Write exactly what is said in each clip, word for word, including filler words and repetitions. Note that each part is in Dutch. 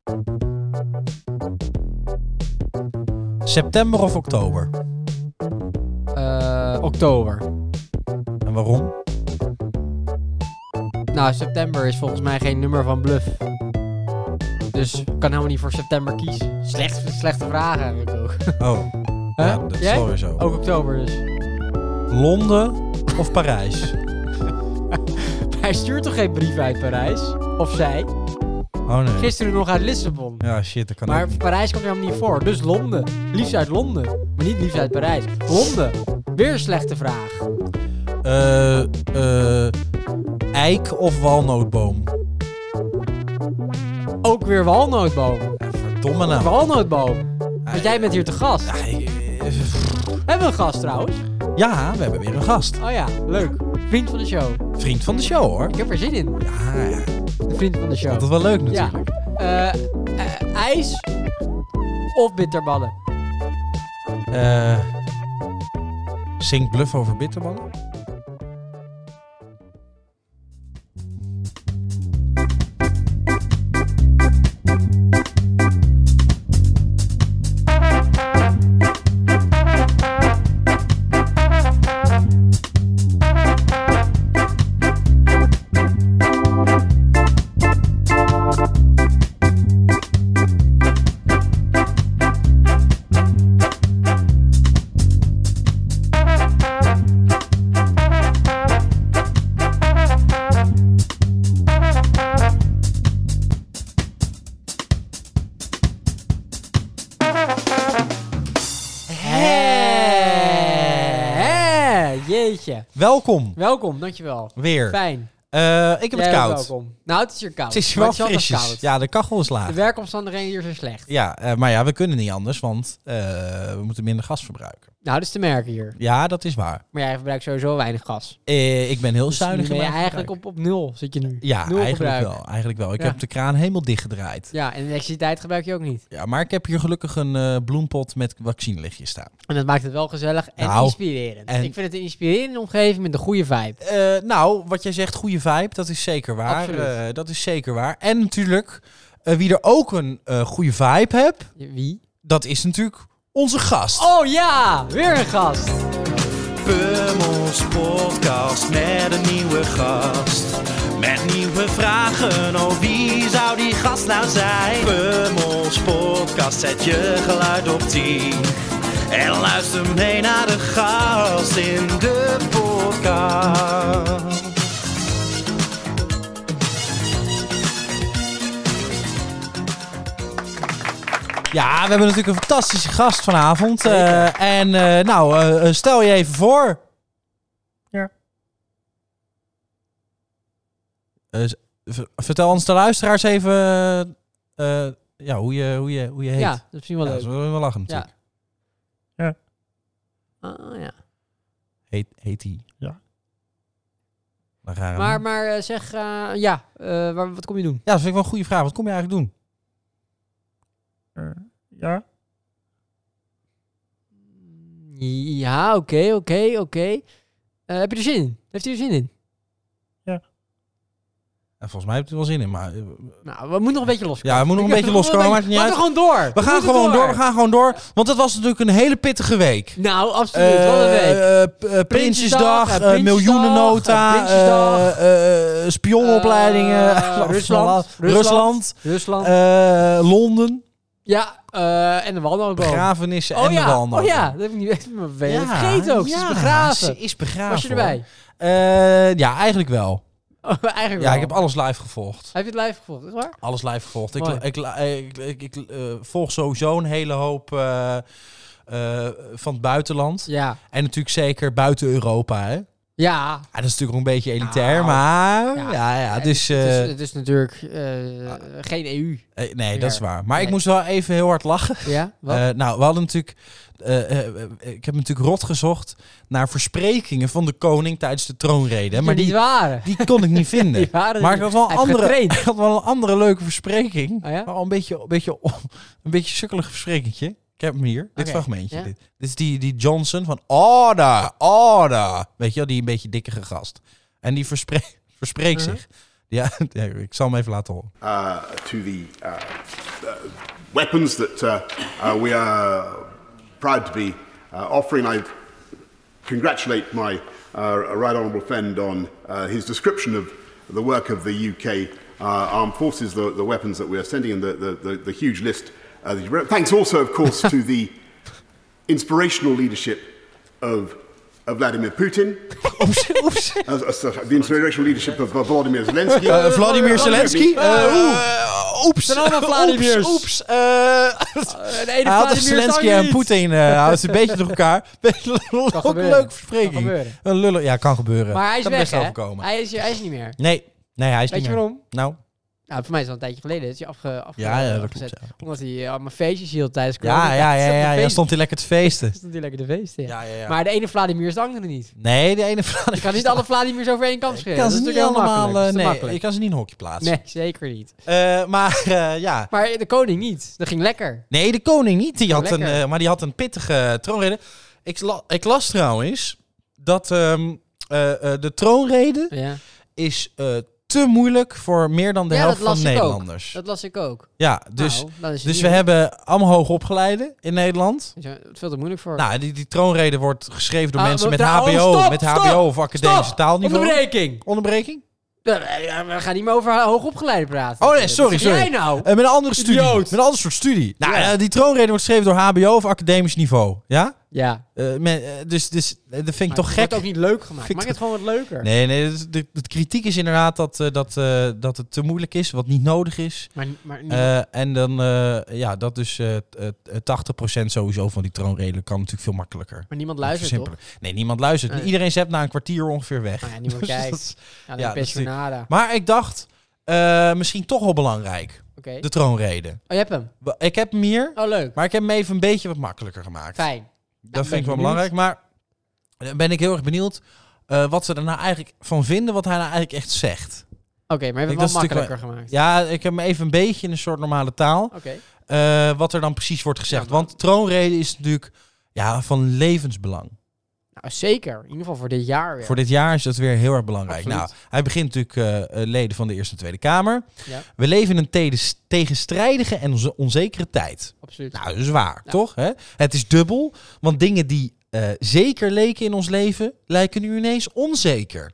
September of oktober? Uh, oktober. En waarom? Nou, september is volgens mij geen nummer van Bluff. Dus ik kan helemaal niet voor september kiezen. Slecht, slechte vragen heb ik ook. Oh, Huh? ja, dat is Jij? sowieso. Ook oktober dus. Londen of Parijs? Hij stuurt toch geen brief uit Parijs? Of zij? Oh nee. Gisteren nog uit Lissabon. Ja, shit, dat kan Maar ook niet. Parijs komt er helemaal niet voor. Dus Londen. Liefst uit Londen. Maar niet liefst uit Parijs. Londen. Weer een slechte vraag. Eh, eh, eik of walnootboom? Ook weer walnootboom. Ja, verdomme nou. Walnootboom. Want jij bent hier te gast. Ja, ik- eh, Hebben we een gast trouwens? ja, we hebben weer een gast. Oh ja, leuk. Vriend van de show. Vriend van de show, hoor. Ik heb er zin in. Ja, ja. De vriend van de show. Dat is wel leuk natuurlijk. Ja. Uh, uh, ijs of bitterballen? Eh Zing Bluff over bitterballen? Jeetje. Welkom. Welkom, dankjewel. Weer. Fijn. Uh, ik heb Jij het ook koud. welkom. Nou, het is hier koud. Het is Maar wel het altijd frisjes. koud. Ja, de kachel is laag. De werkomstandigheden hier zijn slecht. Ja, uh, maar ja, we kunnen niet anders, want uh, we moeten minder gas verbruiken. Nou, dat is te merken hier. Ja, dat is waar. Maar jij verbruikt sowieso weinig gas. Uh, ik ben heel dus zuinig ben in je mijn eigenlijk op, op nul, zit je nu. Ja, nul eigenlijk gebruik. wel, eigenlijk wel. Ik Ja. heb de kraan helemaal dichtgedraaid. Ja, en elektriciteit gebruik je ook niet. Ja, maar ik heb hier gelukkig een uh, bloempot met vaccinelichtjes staan. En dat maakt het wel gezellig en Nou, inspirerend. en- Ik vind het een inspirerende omgeving met een goede vibe. Uh, nou, wat jij zegt, goede vibe, dat is zeker waar. Absoluut. Uh, dat is zeker waar. En natuurlijk, uh, wie er ook een uh, goede vibe heeft, Wie? dat is natuurlijk onze gast. Oh ja, weer een gast. Pummels podcast met een nieuwe gast. Met nieuwe vragen, oh wie zou die gast nou zijn? Pummels podcast, zet je geluid op tien. En luister mee naar de gast in de podcast. Ja, we hebben natuurlijk een fantastische gast vanavond. Uh, en uh, nou, uh, stel je even voor. Ja. Uh, v- vertel ons de luisteraars even uh, ja, hoe, je, hoe, je, hoe je heet. Ja, dat is misschien wel Ja, leuk. dat is wel wel lachen natuurlijk. Ja. Ah, ja. Heet, heet hij? Ja. Dan gaan we Maar, maar uh, zeg, uh, ja, uh, waar, wat kom je doen? Ja, dat vind ik wel een goede vraag. Wat kom je eigenlijk doen? Uh, ja. Ja, oké, okay, oké, okay, oké. Okay. Uh, heb je er zin in? Heeft u er zin in? Ja, volgens mij heeft u er wel zin in, maar... Uh, nou, we moeten nog een beetje loskomen. Ja, we moeten nog een beetje loskomen, maakt niet uit. We gaan gewoon door. We, we gaan gewoon door. door, we gaan gewoon door. Want het was natuurlijk een hele pittige week. Nou, absoluut. Uh, Wat een week. Uh, uh, Prinsjesdag, uh, uh, miljoenennota, uh, Prinsjesdag, uh, uh, spionopleidingen. Uh, Rusland. Rusland. Rusland. Uh, Londen. Ja, uh, en de walnootboom. Begrafenissen oh, en ja. de walnootboom. Oh ja, dat heb ik niet even ben je ja, vergeten ook. Ja, ze is begraven. Ze is begraven. Was je erbij? Uh, ja, eigenlijk wel. Oh, eigenlijk ja, wel. ik heb alles live gevolgd. Heb je het live gevolgd, is waar? Alles live gevolgd. Ik, Mooi. ik, ik, ik, ik, ik uh, volg sowieso een hele hoop uh, uh, van het buitenland. Ja. En natuurlijk zeker buiten Europa, hè? Ja. Ja, dat is natuurlijk ook een beetje elitair, Nou, maar... ja, Ja, ja, dus... Uh, het, is, het is natuurlijk uh, geen E U. Uh, nee, meer. dat is waar. Maar nee. ik moest wel even heel hard lachen. Ja? Wat? Uh, nou, we hadden natuurlijk... Uh, uh, ik heb natuurlijk rot gezocht naar versprekingen van de koning tijdens de troonrede. Die Maar die, die waren. die kon ik niet vinden. Die waren Maar ik had, wel een andere, ik getraind. had wel een andere leuke verspreking. Oh ja? Wel een beetje, een beetje, een beetje sukkelig versprekingje. Ik heb hem hier, dit Okay. fragmentje. Ja? Dit, dit is die, die Johnson van order, order. Weet je wel, die een beetje dikkere gast. En die verspreekt, verspreekt Uh-huh. zich. Ja, ja, ik zal hem even laten horen. Uh, to the uh, weapons that uh, uh, we are proud to be uh, offering. I congratulate my uh, right honourable friend on uh, his description of the work of the U K uh, armed forces, the, the weapons that we are sending, and the, the, the, the huge list. Uh, that you Thanks also, of course, to the inspirational leadership of, of Vladimir Putin. Oeps, oeps. Uh, uh, the inspirational leadership of uh, Volodymyr Zelensky. Uh, Vladimir Zelensky. Uh, uh, oeps. Het zijn allemaal Vladimirs. Oeps. oeps. Uh, de ene hij had dus Zelensky en Poetin. Uh, houdt ze een beetje door elkaar. Ook een leuke verspreking. Een lullen. Ja, kan gebeuren. Maar hij is kan weg, hè? overkomen. Hij is, hij is niet meer. Nee. Nee, hij is Weet niet je meer. waarom? Nou. Nou, voor mij is het al een tijdje geleden. Dat is hij afge, afge, Ja, ja, dat afgezet. klopt. Ja. Omdat hij uh, allemaal feestjes hield tijdens corona. Ja, ja, ja, ja, ja. Stond hij lekker te feesten. Stond hij lekker te feesten, ja. Ja, ja, ja. Maar de ene Vladimir is de andere niet. Nee, de ene Vladimir. Je kan niet alle Vladimirs over één kam scheren. Ik kan Dat ze is niet natuurlijk heel allemaal... makkelijk. Uh, Dat is te nee, makkelijk. je kan ze niet in een hokje plaatsen. Nee, zeker niet. Uh, maar uh, ja... Maar de koning niet. Dat ging lekker. Nee, de koning niet. Die had een, Lekker. uh, maar die had een pittige troonrede. Ik, la, ik las trouwens dat um, uh, uh, de troonrede Ja, is uh, te moeilijk voor meer dan de ja helft dat las van ik Nederlanders. ook. Dat las ik ook. Ja, dus, nou, dan is het dus niet we meer. hebben allemaal hoogopgeleiden in Nederland. Is er veel te moeilijk voor. Nou, die, die troonrede wordt geschreven door Ah, mensen we- met oh, H B O, stop, met stop, H B O of academische Stop! taalniveau. Onderbreking! Onderbreking? Ja, we gaan niet meer over hoogopgeleide praten. Oh nee, sorry, Wat zeg sorry. jij nou? Uh, met een andere studie. Idioot. Met een ander soort studie. Nou, Ja. uh, die troonrede wordt geschreven door H B O of academisch niveau. Ja? Ja. Uh, me- uh, dus, dus uh, dat vind ik Maar toch het gek. wordt ook niet leuk gemaakt. Vind ik Maak het gewoon wat leuker. Nee, nee, de, de, de kritiek is inderdaad dat, uh, dat, uh, dat het te moeilijk is, wat niet nodig is. Maar, maar niet- Uh, en dan, uh, ja, dat dus uh, uh, tachtig procent sowieso van die troonrede kan natuurlijk veel makkelijker. maar niemand luistert toch? Versimpelen. Nee, niemand luistert. Nee. Iedereen zet na een kwartier ongeveer weg. Nou ja, niemand Dus kijkt. dat is- Ja, ja, dan dat is ja, nada. Maar ik dacht, uh, misschien toch wel belangrijk, Oké. de troonrede. Oh, je hebt hem? Wa- Ik heb hem hier, Oh, leuk. maar ik heb hem even een beetje wat makkelijker gemaakt. Fijn. Dat ben vind ik ik wel benieuwd. belangrijk. Maar dan ben ik heel erg benieuwd uh, wat ze er nou eigenlijk van vinden, wat hij nou eigenlijk echt zegt. Oké, maar je hebt Ik- het dat wel is natuurlijk makkelijker gemaakt. Ja, ik heb hem even een beetje in een soort normale taal. Oké. Uh, wat er dan precies wordt gezegd. Ja, maar- Want troonrede is natuurlijk ja, van levensbelang. Nou, zeker. In ieder geval voor dit jaar weer. Voor dit jaar is dat weer heel erg belangrijk. Absoluut. Nou, hij begint natuurlijk uh, uh, leden van de Eerste en Tweede Kamer. Ja, We leven in een te- tegenstrijdige en onze- onzekere tijd. absoluut. Nou, dat is waar, Ja. toch? Hè? Het is dubbel, want dingen die uh, zeker leken in ons leven, lijken nu ineens onzeker.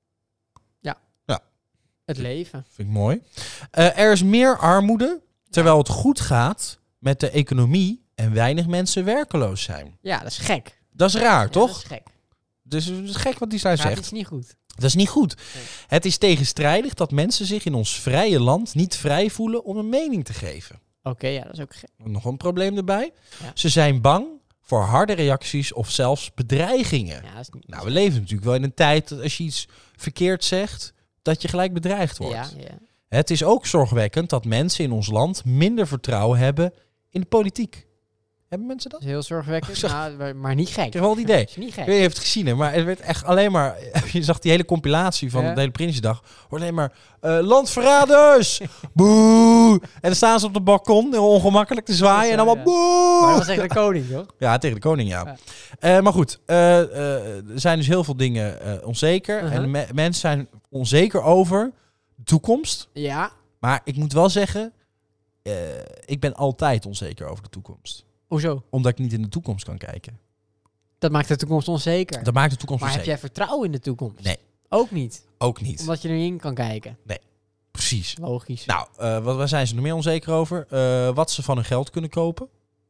Het leven. Vind ik mooi. Uh, er is meer armoede, terwijl het goed gaat met de economie en weinig mensen werkeloos zijn. Ja, dat is gek. Dat is raar, Ja, toch? dat is gek. Dus het is gek wat die zij Gaat zegt. iets niet goed. Dat is niet goed. Nee. Het is tegenstrijdig dat mensen zich in ons vrije land niet vrij voelen om een mening te geven. Oké, ja, dat is ook gek. Nog een probleem erbij. Ja. Ze zijn bang voor harde reacties of zelfs bedreigingen. Ja, dat is niet... Nou, we leven natuurlijk wel in een tijd dat als je iets verkeerd zegt, dat je gelijk bedreigd wordt. ja, ja. Het is ook zorgwekkend dat mensen in ons land minder vertrouwen hebben in de politiek. Hebben mensen dat? Dat is heel zorgwekkend, Zeg- nou, maar- maar niet gek. Ik heb wel het idee. Dat is niet Ik gek. weet niet of je het gezien hebt, maar het werd echt alleen maar... Je zag die hele compilatie van Ja. de hele Prinsjesdag. Hoor alleen maar... Uh, landverraders! Boe! En dan staan ze op het balkon, heel ongemakkelijk te zwaaien. En Zo, allemaal ja. boe! Maar dat was echt de koning, toch? Ja, tegen de koning, ja. Ja. Eh, maar goed, eh, eh, er zijn dus heel veel dingen eh, onzeker. Uh-huh. En me- mensen zijn onzeker over de toekomst. Ja. Maar ik moet wel zeggen, eh, ik ben altijd onzeker over de toekomst. Hoezo? Omdat ik niet in de toekomst kan kijken. Dat maakt de toekomst onzeker. Dat maakt de toekomst maar heb onzeker. jij vertrouwen in de toekomst? Nee. Ook niet? Ook niet. Omdat je erin kan kijken? Precies. Logisch. Nou, uh, wat, waar zijn ze nog meer onzeker over? Uh, wat ze van hun geld kunnen kopen.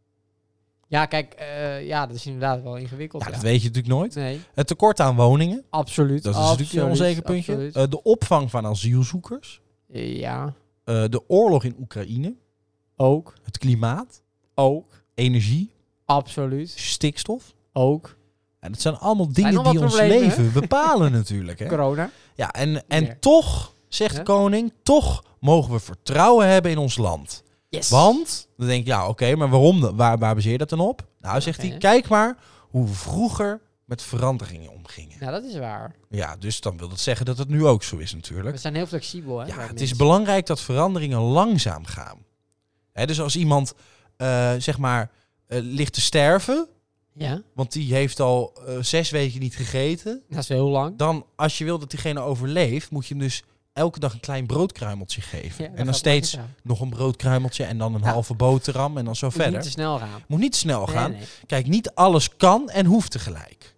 Ja, kijk, uh, ja, dat is inderdaad wel ingewikkeld. Ja, Ja, dat weet je natuurlijk nooit. Nee, Het tekort aan woningen. absoluut. Dat is absoluut, natuurlijk een onzeker puntje. absoluut. Uh, de opvang van asielzoekers. Ja, Uh, de oorlog in Oekraïne. ook. Het klimaat. Ook. Energie. Absoluut. Stikstof. Ook. En dat zijn allemaal dingen nog wat die ons problemen, leven bepalen natuurlijk. Hè? Corona. Ja, en, Meer. en toch, zegt Ja? de koning, toch mogen we vertrouwen hebben in ons land. Yes. Want, dan denk ik, ja, oké, okay, maar waarom? dan? Waar, waar baseer je dat dan op? Nou, zegt Oké. hij, kijk maar hoe we vroeger met veranderingen omgingen. Nou, dat is waar. Ja, dus dan wil dat zeggen dat het nu ook zo is natuurlijk. We zijn heel flexibel, hè? Ja, wij het is mensen. belangrijk dat veranderingen langzaam gaan. Hè, dus als iemand, uh, zeg maar, uh, ligt te sterven, Ja, want die heeft al uh, zes weken niet gegeten, dat is heel lang. dan als je wil dat diegene overleeft, moet je hem dus elke dag een klein broodkruimeltje geven. Ja, dat en dan gaat steeds makkelijk nog een broodkruimeltje en dan een Ja. halve boterham en dan zo Moet verder. niet te snel gaan. Moet niet te snel gaan. Nee, nee. Kijk, niet alles kan en hoeft tegelijk.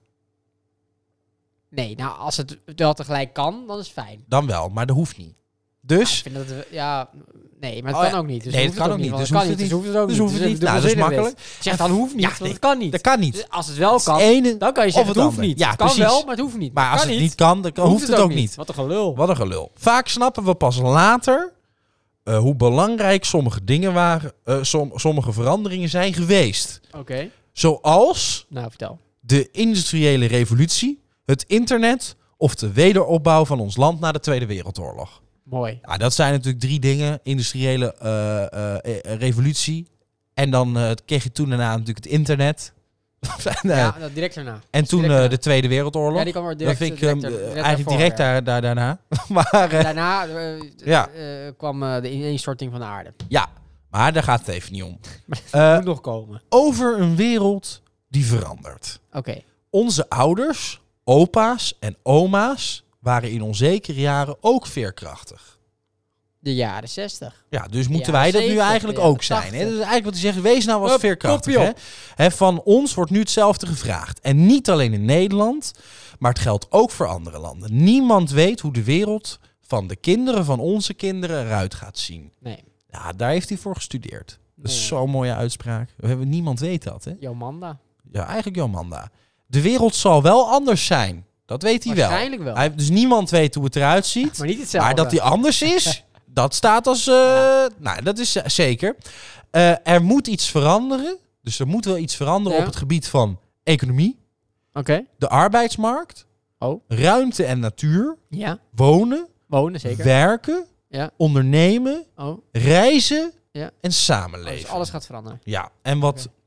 nee, nou, als het wel tegelijk kan, dan is het fijn. Dan wel, maar dat hoeft niet. Ja, Dus, ik vind dat het, ja, nee, maar het Oh, kan ja. ook niet. Dus Nee, hoeft het kan ook niet. want Dus het kan hoeft niet. het Dus hoeft het ook Dus niet. hoeft het Dus niet. Nou, dat is makkelijk. Zeg dan hoeft niet, Ja, want nee, het kan niet. dat kan niet. Dus als het wel Het is kan, ene dan kan je of zeggen, het hoeft ander. niet. Ja, het kan precies. wel, maar het hoeft niet. Maar als kan het niet kan, dan kan- hoeft het ook niet. Wat een gelul. Wat een gelul. Vaak snappen we pas later uh, hoe belangrijk sommige dingen waren, uh, som, sommige veranderingen zijn geweest. Oké, Zoals nou vertel. de industriële revolutie, het internet of de wederopbouw van ons land na de Tweede Wereldoorlog. Mooi. Ja, dat zijn natuurlijk drie dingen. Industriële uh, uh, uh, revolutie. En dan uh, kreeg je toen daarna natuurlijk het internet. nee. Ja, dat direct daarna. En Dus toen direct uh, daarna. de Tweede Wereldoorlog. Ja, die kwam er direct, dat vind ik direct, um, direct eigenlijk daarvoor, direct ja. daar, daar, daarna. maar, uh, Daarna uh, Ja. uh, kwam uh, de ineenstorting van de aarde. ja, maar daar gaat het even niet om. Dat Uh, moet nog komen. over een wereld die verandert. Oké. Onze ouders, opa's en oma's waren in onzekere jaren ook veerkrachtig. De jaren zestig. Ja, dus moeten Ja, wij dat nu zeventig, eigenlijk ja, ook zijn. Hè? tachtig. Dus eigenlijk wat hij zegt, wees nou wat Hup, veerkrachtig. kopje Hè? op. Hè, van ons wordt nu hetzelfde gevraagd. En niet alleen in Nederland, maar het geldt ook voor andere landen. Niemand weet hoe de wereld van de kinderen van onze kinderen eruit gaat zien. Nee. Ja, daar heeft hij voor gestudeerd. Dat is Nee. zo'n mooie uitspraak. We hebben, niemand weet dat, hè? Jomanda. Ja, eigenlijk Jomanda. De wereld zal wel anders zijn. Dat weet hij wel. Waarschijnlijk wel. Hij, dus niemand weet hoe het eruit ziet. Maar niet hetzelfde. Maar dat die anders is, dat staat als... Uh, Nou, dat is uh, zeker. Uh, er moet iets veranderen. Dus er moet wel iets veranderen Ja. op het gebied van economie, Oké. de arbeidsmarkt, Oh. ruimte en natuur, Ja. wonen, Wonen, zeker. werken, Ja. ondernemen, Oh. reizen Ja. en samenleven. Dus alles gaat veranderen. Ja, en wat, Oké.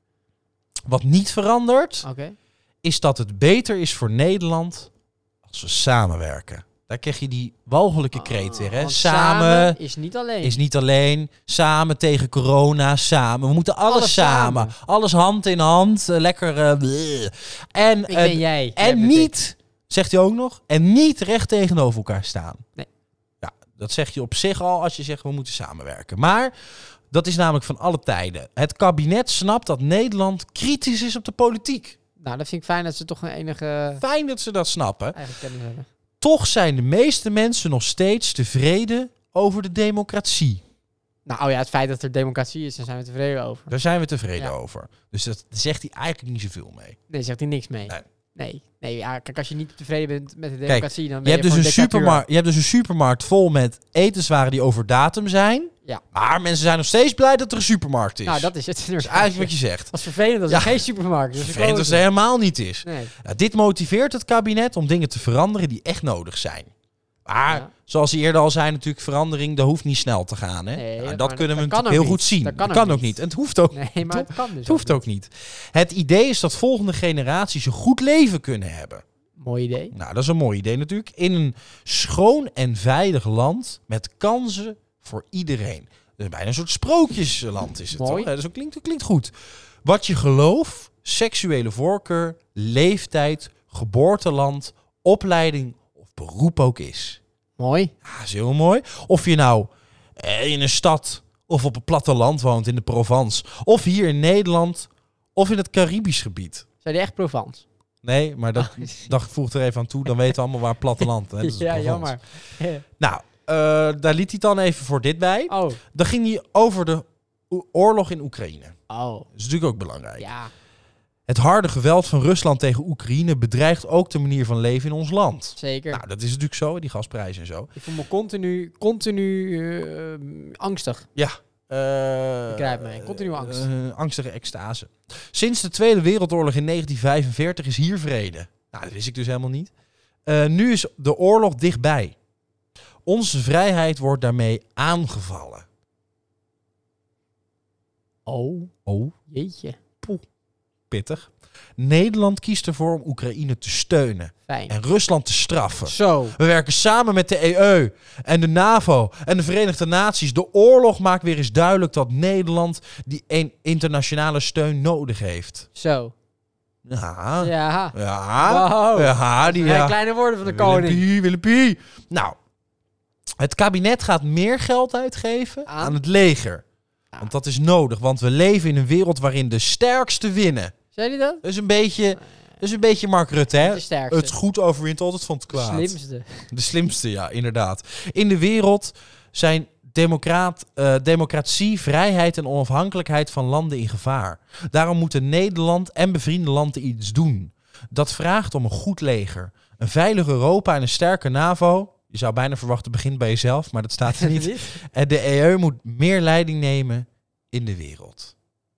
wat niet verandert, Oké. is dat het beter is voor Nederland als we samenwerken. Daar krijg je die walgelijke kreet weer. Hè? Ah, Want Samen is niet alleen. is niet alleen. Samen tegen corona, samen. We moeten alles, Alles samen. samen. Alles hand in hand. uh, lekker... uh, bleh. en Ik uh, ben jij. Jij en bent ik. niet, zegt hij ook nog, en niet recht tegenover elkaar staan. Nee. Ja, dat zeg je op zich al als je zegt we moeten samenwerken. Maar dat is namelijk van alle tijden. Het kabinet snapt dat Nederland kritisch is op de politiek. Nou, dat vind ik fijn dat ze toch een enige Fijn dat ze dat snappen. eigen kennis hebben. Toch zijn de meeste mensen nog steeds tevreden over de democratie. Nou oh ja, het feit dat er democratie is, daar zijn we tevreden over. Daar zijn we tevreden Ja. over. Dus dat zegt hij eigenlijk niet zoveel mee. Nee, zegt hij niks mee. Nee. Nee, nee ja, kijk, als je niet tevreden bent met de democratie, dan Je ben hebt, je, dus een voor dictatuur. supermarkt, je hebt dus een supermarkt vol met etenswaren die over datum zijn. Ja. Maar mensen zijn nog steeds blij dat er een supermarkt is. Nou, dat is het. Dat is eigenlijk wat je zegt. Dat is vervelend als Ja. er geen supermarkt is. Dus Vreemd als het er helemaal niet is. Nee. Nou, dit motiveert het kabinet om dingen te veranderen die echt nodig zijn. Maar, Ja. zoals hij eerder al zei, natuurlijk verandering, dat hoeft niet snel te gaan. Hè? Nee, Nou, dat- dat maar kunnen dat we kan natuurlijk ook heel niet. goed zien. Dat kan Dat ook kan ook niet. niet. En het hoeft ook, Nee, maar het kan dus het hoeft ook niet. Het idee is dat volgende generaties een goed leven kunnen hebben. Mooi idee. Nou, dat is een mooi idee natuurlijk. In een schoon en veilig land met kansen voor iedereen. Dus bijna een soort sprookjesland is het. Mooi. Toch? Dat klinkt, dat klinkt goed. Wat je geloof, seksuele voorkeur, leeftijd, geboorteland, opleiding of beroep ook is. Mooi. Ja, dat is heel mooi. Of je nou eh, in een stad of op het platteland woont in de Provence. Of hier in Nederland of in het Caribisch gebied. Zijn die echt Provence? Nee, maar dat, dat voegt er even aan toe. Dan weten we allemaal waar platteland is. Dat is de ja, Provence. jammer. Nou, uh, daar liet hij dan even voor dit bij. Oh. Dan ging hij over de o- oorlog in Oekraïne. Oh. Dat is natuurlijk ook belangrijk. Ja. Het harde geweld van Rusland tegen Oekraïne bedreigt ook de manier van leven in ons land. Zeker. Nou, dat is natuurlijk zo, die gasprijzen en zo. Ik voel me continu, continu uh, angstig. Ja. Uh, Begrijp mij. Continu angst. Uh, angstige extase. Sinds de Tweede Wereldoorlog in negentien vijfenveertig is hier vrede. Nou, dat wist ik dus helemaal niet. Uh, nu is de oorlog dichtbij. Onze vrijheid wordt daarmee aangevallen. Oh. Oh, Jeetje. pittig. Nederland kiest ervoor om Oekraïne te steunen Fijn. en Rusland te straffen. Zo. We werken samen met de E U en de NAVO en de Verenigde Naties. De oorlog maakt weer eens duidelijk dat Nederland die een internationale steun nodig heeft. Zo. Ja, Ja. ja, Wow. ja, die Ja, ja. kleine woorden van de koning. Willempie, Willempie. Nou, Het kabinet gaat meer geld uitgeven aan, Aan? het leger. Ja. Want dat is nodig, want we leven in een wereld waarin de sterkste winnen. Zei hij dat? Dat is een beetje, dat is een beetje Mark Rutte, hè? De sterkste. Het goed overwint altijd van het De kwaad. slimste. De slimste, ja, inderdaad. In de wereld zijn democraat, uh, democratie, vrijheid en onafhankelijkheid van landen in gevaar. Daarom moeten Nederland en bevriende landen iets doen. Dat vraagt om een goed leger, een veilig Europa en een sterke NAVO. Je zou bijna verwachten, begint bij jezelf, maar dat staat er niet. En de E U moet meer leiding nemen in de wereld.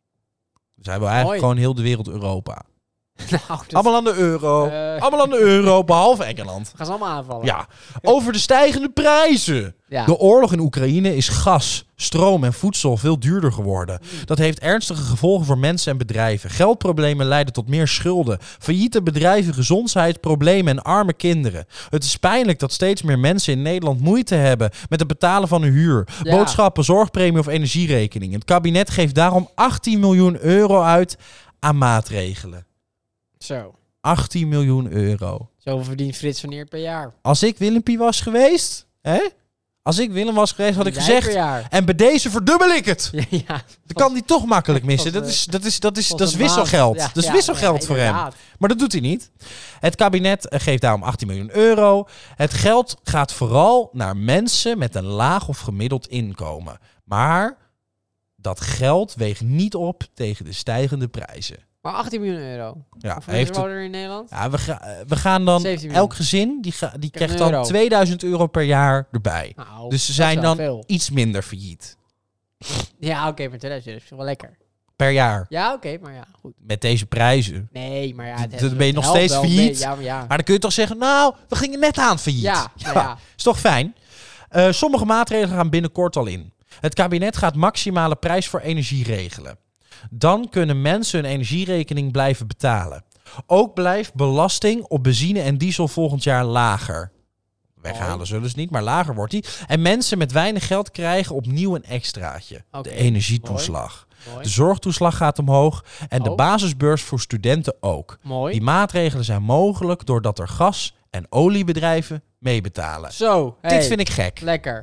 Dus hij wil eigenlijk Mooi. gewoon heel de wereld Europa. Nou, dat- Allemaal aan de euro. Eh. Allemaal aan de euro, behalve Engeland. gaan ze allemaal aanvallen. Ja, over de stijgende prijzen. Ja. De oorlog in Oekraïne is gas, stroom en voedsel veel duurder geworden. Dat heeft ernstige gevolgen voor mensen en bedrijven. Geldproblemen leiden tot meer schulden. Failliete bedrijven, gezondheidsproblemen en arme kinderen. Het is pijnlijk dat steeds meer mensen in Nederland moeite hebben met het betalen van hun huur. Ja. Boodschappen, zorgpremie of energierekening. Het kabinet geeft daarom achttien miljoen euro uit aan maatregelen. Zo. achttien miljoen euro. Zoveel verdient Frits van Eert per jaar. Als ik Willempie was geweest, hè? Als ik Willem was geweest, had ik Jij gezegd, per jaar. en bij deze verdubbel ik het. Ja, ja. Dat kan hij toch makkelijk missen. Als, Dat eh, is, dat is, dat is, Als dat is een wisselgeld. maand. Ja, dat is ja, wisselgeld ja, voor hem. inderdaad. Maar dat doet hij niet. Het kabinet eh, geeft daarom achttien miljoen euro. Het geld gaat vooral naar mensen met een laag of gemiddeld inkomen. Maar dat geld weegt niet op tegen de stijgende prijzen. Maar achttien miljoen euro. Ja, Hoeveel heeft mensen het, wonen er in Nederland? ja, we, ga, eh, we gaan dan, zeventien miljoen. elk gezin, die, ga, die Krijgt krijgt een dan euro. tweeduizend euro per jaar erbij. Nou, Dus ze dat zijn is wel dan veel. iets minder failliet. Ja, oké, maar tweeduizend euro is wel lekker. Per jaar. Ja, oké, maar ja, goed. Met deze prijzen. Nee, maar ja... Het, Dan ben je nog helpt steeds wel een failliet. beetje. Ja, maar ja. Maar dan kun je toch zeggen, nou, we gingen net aan failliet. Ja, nou ja. Is toch fijn? Uh, sommige maatregelen gaan binnenkort al in. Het kabinet gaat maximale prijs voor energie regelen. Dan kunnen mensen hun energierekening blijven betalen. Ook blijft belasting op benzine en diesel volgend jaar lager. Weghalen Mooi. zullen ze niet, maar lager wordt die. En mensen met weinig geld krijgen opnieuw een extraatje. Oké, De energietoeslag. Mooi. De zorgtoeslag gaat omhoog. En de Oh. basisbeurs voor studenten ook. Mooi. Die maatregelen zijn mogelijk doordat er gas- en oliebedrijven meebetalen. Zo, hey, Dit vind ik gek. lekker.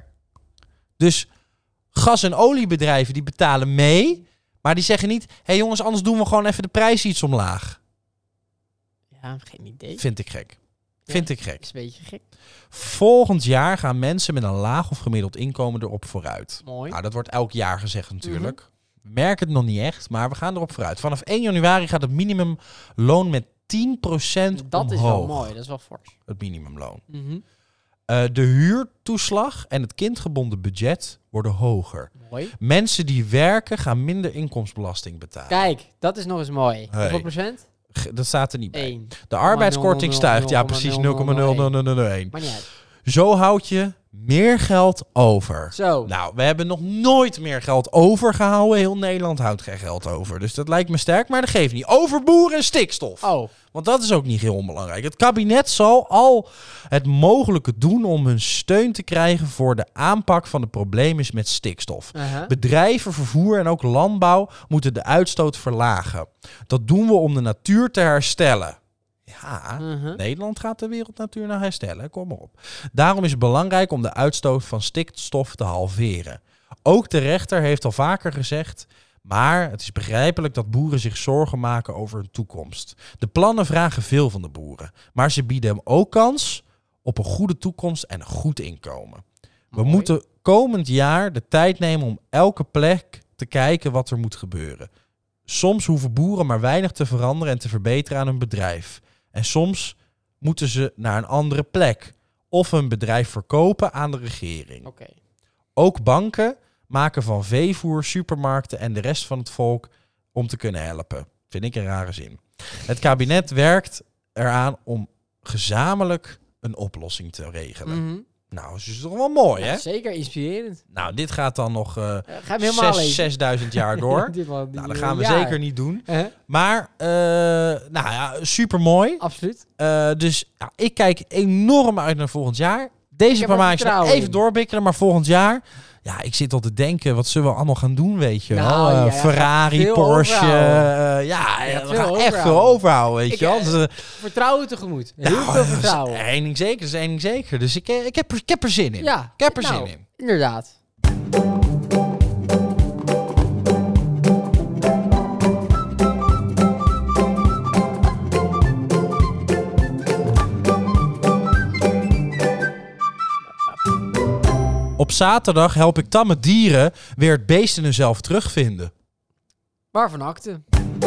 Dus gas- en oliebedrijven die betalen mee, maar die zeggen niet, hé hey jongens, anders doen we gewoon even de prijs iets omlaag. Ja, geen idee. Vind ik gek. Vind ik gek. Is een beetje gek. Volgend jaar gaan mensen met een laag of gemiddeld inkomen erop vooruit. Mooi. Nou, dat wordt elk jaar gezegd natuurlijk. We merken het nog niet echt, maar we gaan erop vooruit. Vanaf één januari gaat het minimumloon met tien procent Dat omhoog. is wel mooi, dat is wel fors. Het minimumloon. Mhm. Uh, de huurtoeslag en het kindgebonden budget worden hoger. Mooi. Mensen die werken gaan minder inkomstenbelasting betalen. Kijk, dat is nog eens mooi. Hey. Hoeveel procent? G- Dat staat er niet bij. Eén. De arbeidskorting stijgt. Ja, precies nul komma nul nul nul nul één. Maar niet uit. Zo houd je meer geld over. Zo. Nou, we hebben nog nooit meer geld overgehouden. Heel Nederland houdt geen geld over. Dus dat lijkt me sterk, maar dat geeft niet. Over boeren en stikstof. Oh, Want dat is ook niet heel onbelangrijk. Het kabinet zal al het mogelijke doen om hun steun te krijgen voor de aanpak van de problemen met stikstof. uh-huh. Bedrijven, vervoer en ook landbouw moeten de uitstoot verlagen. Dat doen we om de natuur te herstellen. Ja, Uh-huh. Nederland gaat de wereldnatuur nou herstellen. Kom maar op. Daarom is het belangrijk om de uitstoot van stikstof te halveren. Ook de rechter heeft al vaker gezegd, maar het is begrijpelijk dat boeren zich zorgen maken over hun toekomst. De plannen vragen veel van de boeren, maar ze bieden hem ook kans op een goede toekomst en een goed inkomen. We Mooi. moeten komend jaar de tijd nemen om elke plek te kijken wat er moet gebeuren. Soms hoeven boeren maar weinig te veranderen en te verbeteren aan hun bedrijf. En soms moeten ze naar een andere plek of hun bedrijf verkopen aan de regering. Oké. Ook banken maken van veevoer, supermarkten en de rest van het volk om te kunnen helpen. Vind ik een rare zin. Het kabinet werkt eraan om gezamenlijk een oplossing te regelen. Mhm. Nou, dat is toch wel mooi, hè? Ja, zeker inspirerend. Nou, dit gaat dan nog uh, Uh, ga je hem helemaal zes, lezen? zesduizend jaar door. Dit wel- die- Nou, dat gaan we jaar. zeker niet doen. Uh-huh. Maar, uh, nou ja, super mooi. Absoluut. Uh, dus ja, ik kijk enorm uit naar volgend jaar. Deze heb paar er maandjes nog vertrouwen even in. doorbikkelen, maar volgend jaar, Ja, ik zit al te denken, wat zullen we allemaal gaan doen, weet je Nou, wel? Uh, ja, ja, Ferrari, veel Porsche. overhouden. Uh, ja, Ja, we veel gaan echt overhouden. veel overhouden, weet Ik, je wel. eh, Dus, uh, Vertrouwen tegemoet. Heel nou, veel dat is vertrouwen. één ding zeker, dat is één ding zeker. Dus ik, ik, heb, er, ik heb er zin in. Ja, Ik heb er nou, zin in. Inderdaad. Op zaterdag help ik tamme dieren weer het beest in hunzelf terugvinden. Waarvan akte?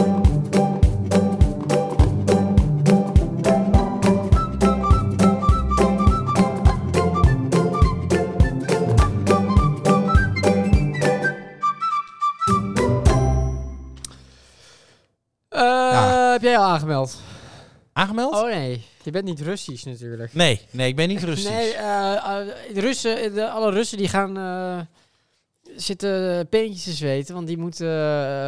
Uh, Ja. Heb jij al aangemeld? Aangemeld? Oh nee, je bent niet Russisch natuurlijk. Nee, nee, ik ben niet Russisch. Nee, uh, uh, de Russen, de, alle Russen die gaan uh, zitten peentjes te zweten, want die moeten uh,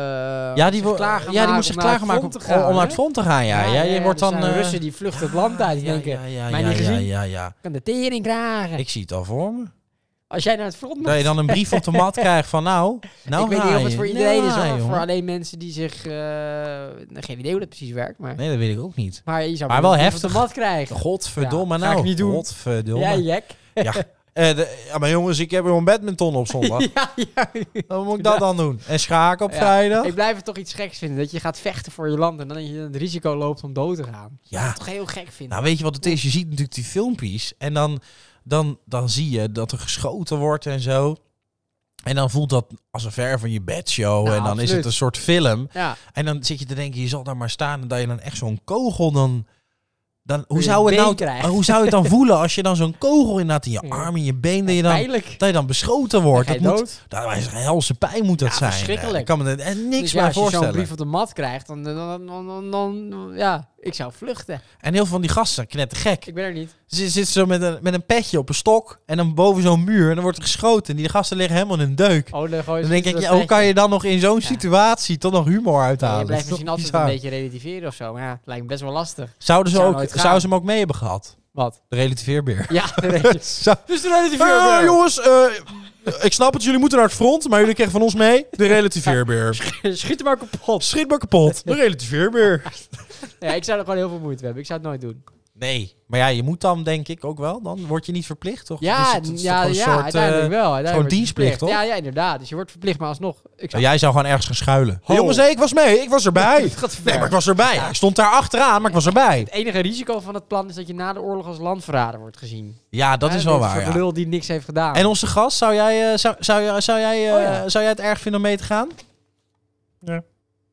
ja, die, zich wo- klaar gaan ja, die maken moet zich om naar klaar het gaan maken front om, te gaan, om naar hè? het front te gaan. Ja, ja, je ja, wordt er dan zijn uh, Russen die vluchten het land uit. Die ja, denken, ja, ja, mij ja, niet ja, gezien? ja, ja. Kan de tering krijgen. Ik zie het al voor me. Als jij naar het front moet. Dat je dan een brief op de mat krijgt van nou, nou ik weet ga niet of je. het voor iedereen is, Nee, hoor. Voor jongen. alleen mensen die zich... Uh, geen idee hoe dat precies werkt, maar... Nee, dat weet ik ook niet. Maar je zou Maar wel wel een brief heftig. op de mat krijgen. Godverdomme Ja, ga nou. ik niet doen. Godverdomme. Ja, Jack. Ja. Eh, de, ja, maar jongens, ik heb weer een badminton op zondag. ja, ja. Wat moet ik dat dan doen? En schaken op Ja, vrijdag? Ik blijf het toch iets geks vinden. Dat je gaat vechten voor je land en dan je het risico loopt om dood te gaan. Ja. Dat toch heel gek vinden. Nou, weet je wat het is? Je ziet natuurlijk die filmpjes en dan, dan, dan zie je dat er geschoten wordt en zo. En dan voelt dat als een ver van je bedshow. Nou, en dan is absoluut. het een soort film. Ja. En dan zit je te denken, je zal daar maar staan en dat je dan echt zo'n kogel dan... dan hoe, je zou het been nou, krijgt. hoe zou je het dan voelen als je dan zo'n kogel inderdaad in je Ja. arm, in je been, dat je dan, Pijnlijk. dat je dan beschoten wordt? Dan Dat ga je moet, dood. dat is een helse pijn moet dat Ja, zijn. verschrikkelijk. Ik kan me er en niks Dus bij ja, als je voorstellen. zo'n brief op de mat krijgt, dan, dan, dan, dan, dan, dan- ja, ik zou vluchten. En heel veel van die gasten zijn knettergek. Ik ben er niet. Ze zitten zo met een, met een petje op een stok en dan boven zo'n muur en dan wordt er geschoten. En die gasten liggen helemaal in een deuk. Oh, dan, gooi je Dan denk ik, dat ja, hoe petje. kan je dan nog in zo'n Ja. situatie toch nog humor Ja, uithalen? je Dat blijft is misschien toch altijd bizar. een beetje relativeren of zo. Maar ja, het lijkt me best wel lastig. Zouden ze, Zou ook, nooit gaan. zouden ze hem ook mee hebben gehad? Wat? De relativeerbeer. Ja, dat weet je. Zo. Dus de relativeerbeer. Eh, jongens, eh, ik snap het, jullie moeten naar het front, maar jullie krijgen van ons mee de relativeerbeer. Schiet hem maar kapot. Schiet maar kapot. De relativeerbeer. Ja, ik zou er gewoon heel veel moeite mee hebben. Ik zou het nooit doen. Nee, maar ja, je moet dan denk ik ook wel. Dan word je niet verplicht, toch? Ja, Is het- het is ja, toch een ja soort, uiteindelijk eh, wel. Uiteindelijk zo'n word je dienstplicht, verplicht. toch? Ja, ja, inderdaad. Dus je wordt verplicht, maar alsnog. Ik zou... Jij zou gewoon ergens gaan schuilen. Ho. Jongens, hé, ik was mee. Ik was erbij. Het gaat ver. Nee, maar ik was erbij. Ik stond daar achteraan, maar ik was erbij. Het enige risico van het plan is dat je na de oorlog als landverrader wordt gezien. Ja, dat Hè, is wel door waar. zo'n Ja. lul die niks heeft gedaan. En onze gast, zou jij, eh, zou, zou, jij- zou, jij, eh, Oh ja. zou jij het erg vinden om mee te gaan? Hm,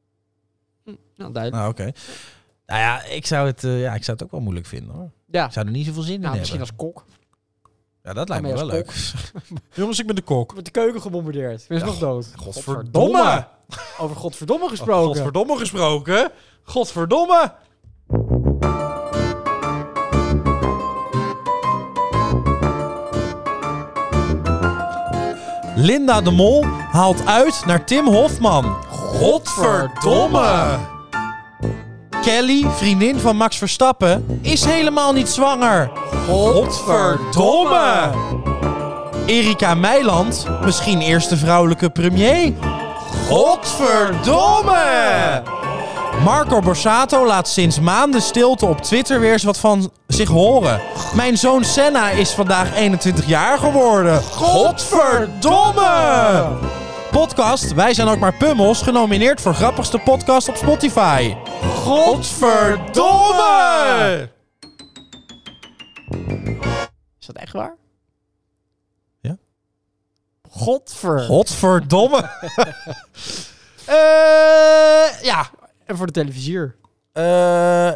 nou, duidelijk. Nou, oké. Nou ja, ik zou het, eh, ja, ik zou het ook wel moeilijk vinden, hoor. Ja, Ik zou er niet zoveel zin in nou, misschien hebben. als kok. Ja, dat lijkt me Daarmee wel als leuk. Jongens, ik ben de kok. Wordt de keuken gebombardeerd. Ik ben nog dood. Godverdomme. Over godverdomme gesproken. Godverdomme gesproken. Godverdomme. Linda de Mol haalt uit naar Tim Hofman. Godverdomme. Kelly, vriendin van Max Verstappen, is helemaal niet zwanger. Godverdomme. Erika Meiland, misschien eerste vrouwelijke premier. Godverdomme. Marco Borsato laat sinds maanden stilte op Twitter weer eens wat van zich horen. Mijn zoon Senna is vandaag eenentwintig jaar geworden. Godverdomme! Podcast Wij zijn ook maar pummels, genomineerd voor grappigste podcast op Spotify. Godverdomme! Is dat echt waar? Ja. Godver. Godverdomme! Eh ja. En voor de televisier. Eh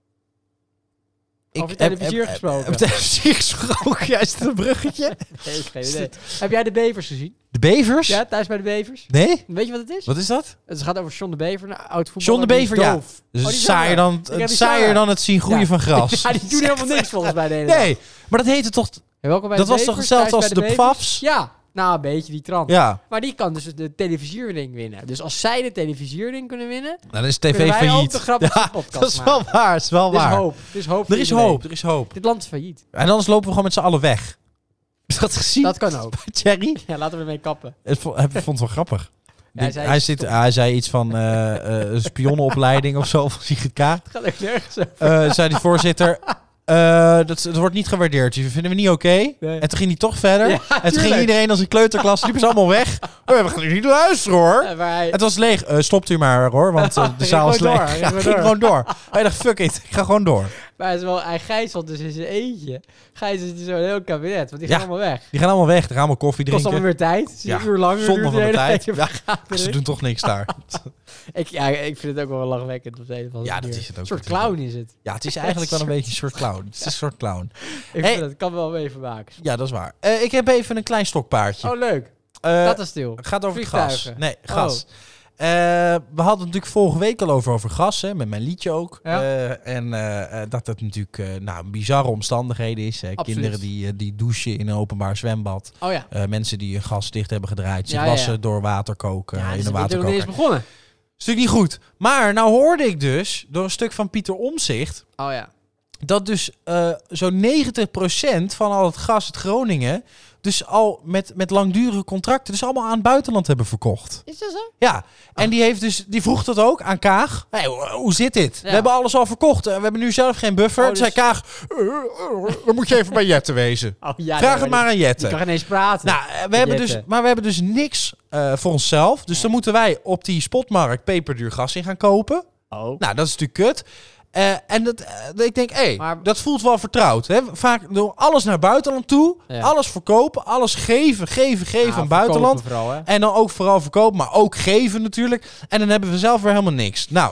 Over televisier heb- gesproken. Heb televisier gesproken? Ja, is het een bruggetje? Nee, ik geen idee. Heb jij de bevers gezien? De bevers? Ja, thuis bij de bevers. Nee? Weet je wat het is? Wat is dat? Het gaat over John de Bever, een oud voetballer. John de die is Bever, ja. doof. Dus Oh, die is saaier ook dan, Ik heb die saaier saaier. dan het zien groeien Ja. van gras. Ja, die doen helemaal niks volgens mij de hele dag. Nee, maar dat heette toch... En welkom bij Dat de was toch Bevers, hetzelfde thuis als bij de Bevers? Pfafs? Ja, nou een beetje die trant. Ja, Maar die kan dus de televisiering winnen. Dus als zij de televisiering kunnen winnen, nou, dan is kunnen tv wij ook failliet. de grappigste Ja, podcast dat is wel maken. waar, is wel Er is waar. hoop. Er is hoop voor Er is iedereen. hoop, er is hoop. Dit land is failliet. En anders lopen we gewoon met z'n allen weg. Heb je dat gezien? Dat kan ook. Thierry? Ja, laten we ermee kappen. Ik vond, ik vond het wel grappig. Ja, hij Hij, zei hij, iets zit, stom. hij zei iets van eh eh, een spionnenopleiding of zo van Sigrid Kaag. Het gaat echt nergens over. Eh zei die voorzitter, eh, dat, dat wordt niet gewaardeerd. Dat vinden we niet oké. Nee. En toen ging hij toch verder. Ja, en toen ging tuurlijk. iedereen als een kleuterklas, liepen ze allemaal weg. Oh, we gaan nu niet luisteren hoor. Ja, maar hij, Het was leeg. Eh, stopt u maar hoor, want eh, de Ging zaal is gewoon leeg. door, Ja, ging ging gewoon door. gewoon door. Hij dacht, fuck it, ik ga gewoon door. maar hij, is wel, hij gijzelt dus in zijn eentje. Gijzelt in zo'n heel kabinet, want die Ja. gaan allemaal weg. Die gaan allemaal weg, die gaan allemaal koffie Kost drinken. allemaal weer tijd. Ja, Een uur lang. zonde duurt van de hele tijd. hele Ja, vergadering. Ze doen toch niks daar. ik, ja, ik vind het ook wel lachwekkend op de een of andere Ja, dat manier. is het ook Een soort natuurlijk. clown is het. Ja, het is eigenlijk wel een beetje een soort clown. Het is een soort clown. Ik Hey. vind het kan wel even maken. Ja, dat is waar. Eh, ik heb even een klein stokpaardje. Oh, leuk. Eh, Dat is stil. Het gaat over het Vliegtuigen. gas. Nee, gas. Eh, we hadden het natuurlijk vorige week al over, over gas, hè, met mijn liedje ook. Ja. Eh, en eh, eh, dat het natuurlijk eh, nou, bizarre omstandigheden is. Hè. Absoluut. Kinderen die, eh, die douchen in een openbaar zwembad. Oh ja. Eh, mensen die hun gas dicht hebben gedraaid. Zich Ja, ja, ja. wassen door water koken. Ja, in dus een we zijn nog niet eens waterkoker. begonnen. Is natuurlijk niet goed. Maar nou hoorde ik dus, door een stuk van Pieter Omtzigt, Oh ja. dat dus eh, zo'n negentig procent van al het gas uit Groningen dus al met, met langdurige contracten dus allemaal aan het buitenland hebben verkocht. Is dat zo? Ja, en die, heeft dus, die vroeg dat ook aan Kaag. Hey, hoe, hoe zit dit? We Ja. hebben alles al verkocht. Eh, We hebben nu zelf geen buffer. Oh, Toen zei dus- Kaag, eh, eh, dan moet je even bij Jette wezen. Oh ja. Vraag nee, het maar aan Je Jette. kan geen eens praten. Nou, eh, we hebben dus, Jette. maar we hebben dus niks eh, voor onszelf. Dus dan moeten wij op die spotmarkt peperduur gas in gaan kopen. oh. Nou, dat is natuurlijk kut. Eh, en dat, eh, ik denk, hé, hey, Maar- dat voelt wel vertrouwd. Hè? Vaak door alles naar buitenland toe. Ja. Alles verkopen. Alles geven, geven, geven Nou, aan buitenland. verkopen Vooral, hè? En dan ook vooral verkopen, maar ook geven natuurlijk. En dan hebben we zelf weer helemaal niks. Nou,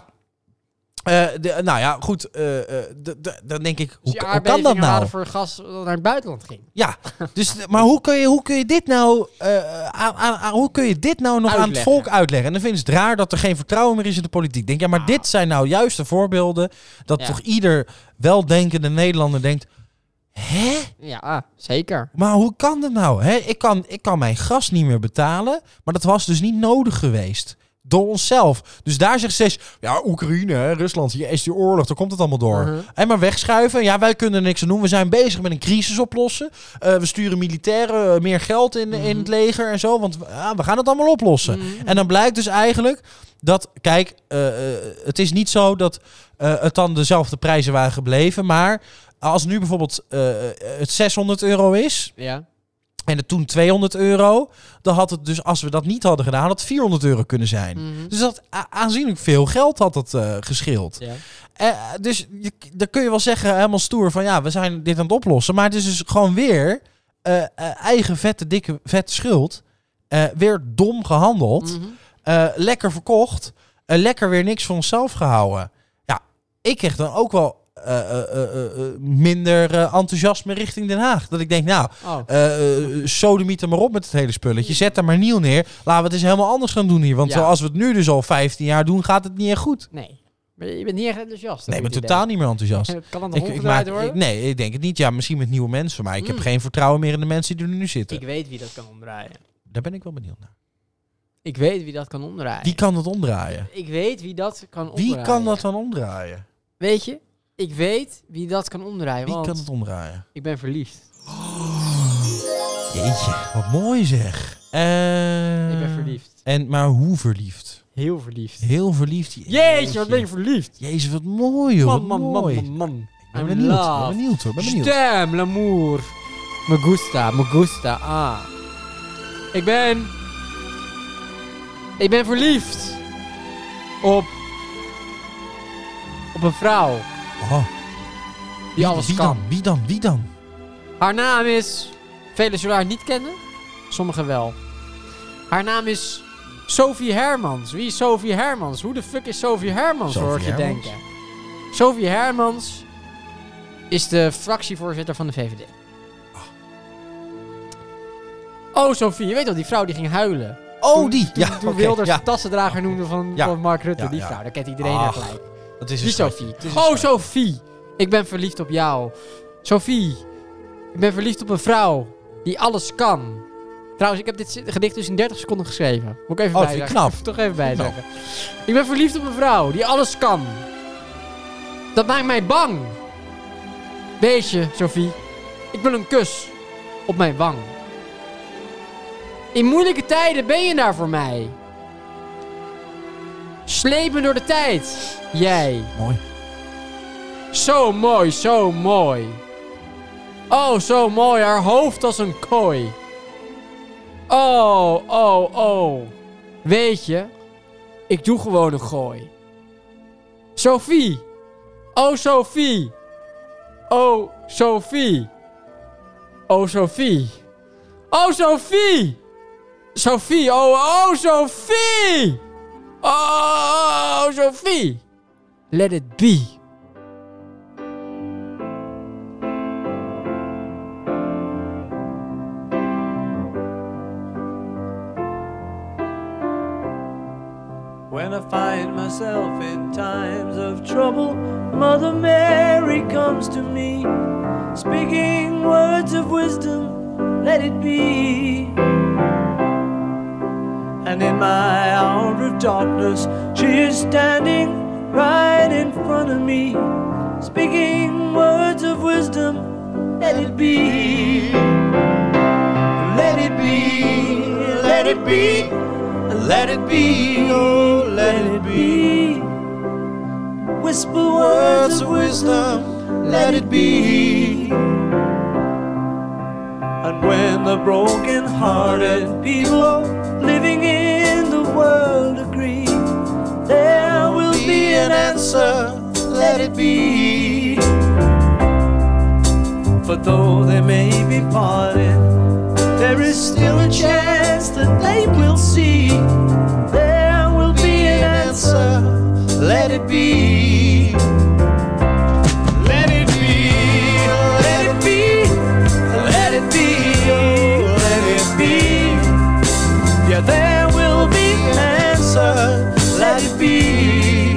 eh, de, nou ja, goed. eh, eh, de- de- dan denk ik, Dus hoe, die hoe kan dat aardbevingen nou? waren voor gas dat naar het buitenland ging. Ja, dus, maar hoe kun je, hoe kun je dit nou, eh, aan, aan, aan- hoe kun je dit nou nog aan het Uitleggen. volk uitleggen? En dan vinden ze het raar dat er geen vertrouwen meer is in de politiek. Ik denk, ja, maar Ah. dit zijn nou juist de voorbeelden dat Ja. toch ieder weldenkende Nederlander denkt, hè? Ja, zeker. Maar hoe kan dat nou? Hè? Ik, kan, ik kan mijn gas niet meer betalen, maar dat was dus niet nodig geweest. Door onszelf. Dus daar zegt steeds, ja, Oekraïne, hè, Rusland, hier is die oorlog, daar komt het allemaal door. Mhm. En maar wegschuiven. Ja, wij kunnen er niks aan doen. We zijn bezig met een crisis oplossen. Uh, we sturen militairen uh, meer geld in, Mhm. in het leger en zo, want ja, we gaan het allemaal oplossen. Mhm. En dan blijkt dus eigenlijk dat, kijk, uh, uh, het is niet zo dat uh, het dan dezelfde prijzen waren gebleven, maar als nu bijvoorbeeld uh, het zeshonderd euro is, Ja. en het toen tweehonderd euro, dan had het dus, als we dat niet hadden gedaan, had het vierhonderd euro kunnen zijn. Mhm. Dus dat a- aanzienlijk veel geld had dat uh, gescheeld. Ja. Eh, dus je, dan kun je wel zeggen, helemaal stoer, van ja, we zijn dit aan het oplossen. Maar het is dus gewoon weer uh, uh, eigen vette, dikke, vette schuld. Uh, weer dom gehandeld. Mhm. Uh, lekker verkocht. Uh, lekker weer niks voor onszelf gehouden. Ja, ik kreeg dan ook wel Uh, uh, uh, uh, minder uh, enthousiasme richting Den Haag. Dat ik denk, nou, Oh. uh, uh, sodemiet er maar op met het hele spulletje. Zet er maar Niel neer. Laten we het eens helemaal anders gaan doen hier. Want Ja. zoals we het nu dus al vijftien jaar doen, gaat het niet echt goed. Nee. Maar je bent niet echt enthousiast. Nee, ik heb ben ik totaal het niet meer enthousiast. idee. Kan het Ik, nog ik omgedraaid maak, worden? ik, nee, ik denk het niet. Ja, misschien met nieuwe mensen. Maar ik heb Mm. geen vertrouwen meer in de mensen die er nu zitten. Ik weet wie dat kan omdraaien. Daar ben ik wel benieuwd naar. Ik weet wie dat kan omdraaien. Wie kan dat omdraaien? Ik weet wie dat kan omdraaien. Wie kan dat dan omdraaien? Weet je? Ik weet wie dat kan omdraaien. Wie want kan het omdraaien? ik ben verliefd. Jeetje, wat mooi zeg. Uh, Ik ben verliefd. En, maar hoe verliefd? Heel verliefd. Heel verliefd. Jeetje, wat ben je verliefd. Jezus, wat mooi joh. Man, Wat man, man, mooi. man, man. Ik ben I'm benieuwd. Ik ben love. benieuwd hoor. Ben benieuwd. Stem, l'amour. Me gusta, me gusta, ah. Ik ben... Ik ben verliefd. Op... Op een vrouw. Oh, Die wie, alles wie kan. dan? Wie dan? Wie dan? Haar naam is... Velen zullen haar niet kennen. Sommigen wel. Haar naam is... Sophie Hermans. Wie is Sophie Hermans? Hoe de fuck is Sophie Hermans, Sophie hoor ik je Hermans? denken. Sophie Hermans is de fractievoorzitter van de V V D. Oh, Sophie, je weet wel, die vrouw die ging huilen. Oh, Toen- die. Toen, Ja, toen oké, Wilders ja. de tassendrager noemde van, Ja. van Mark Rutte. Ja, die ja. vrouw, daar kent iedereen Ach, naar gelijk. Dat is een Die schatje. Sophie. Het is een Oh, schatje. Sophie. Ik ben verliefd op jou. Sophie. Ik ben verliefd op een vrouw die alles kan. Trouwens, ik heb dit gedicht dus in dertig seconden geschreven. Moet ik even Oh, bij vind ik zeggen. knap. Toch even bij Knap. zeggen. Ik ben verliefd op een vrouw die alles kan. Dat maakt mij bang. Weet je, Sophie. Ik wil een kus. op mijn wang. In moeilijke tijden ben je daar voor mij. Sleep me door de tijd, jij. Mooi. Zo mooi, zo mooi. Oh, zo mooi, haar hoofd als een kooi. Oh, oh, oh. Weet je, ik doe gewoon een gooi. Sophie. Oh, Sophie. Oh, Sophie. Oh, Sophie. Oh, Sophie. Sophie, oh, oh, Sophie. Oh, Sophie. Let it be. When I find myself in times of trouble, Mother Mary comes to me, speaking words of wisdom, let it be. And in my hour of darkness, she is standing right in front of me, speaking words of wisdom, let it be. Let it be, let it be. Let it be, oh, let it be. Whisper words of wisdom, let it be. And when the broken-hearted people living in the world agree, there will be an answer, let it be. For though they may be parted, there is still a chance that they will see. There will be an answer, let it be. Let it be, let it be, let it be, oh, let it be. Yeah, there will be an answer, let it be.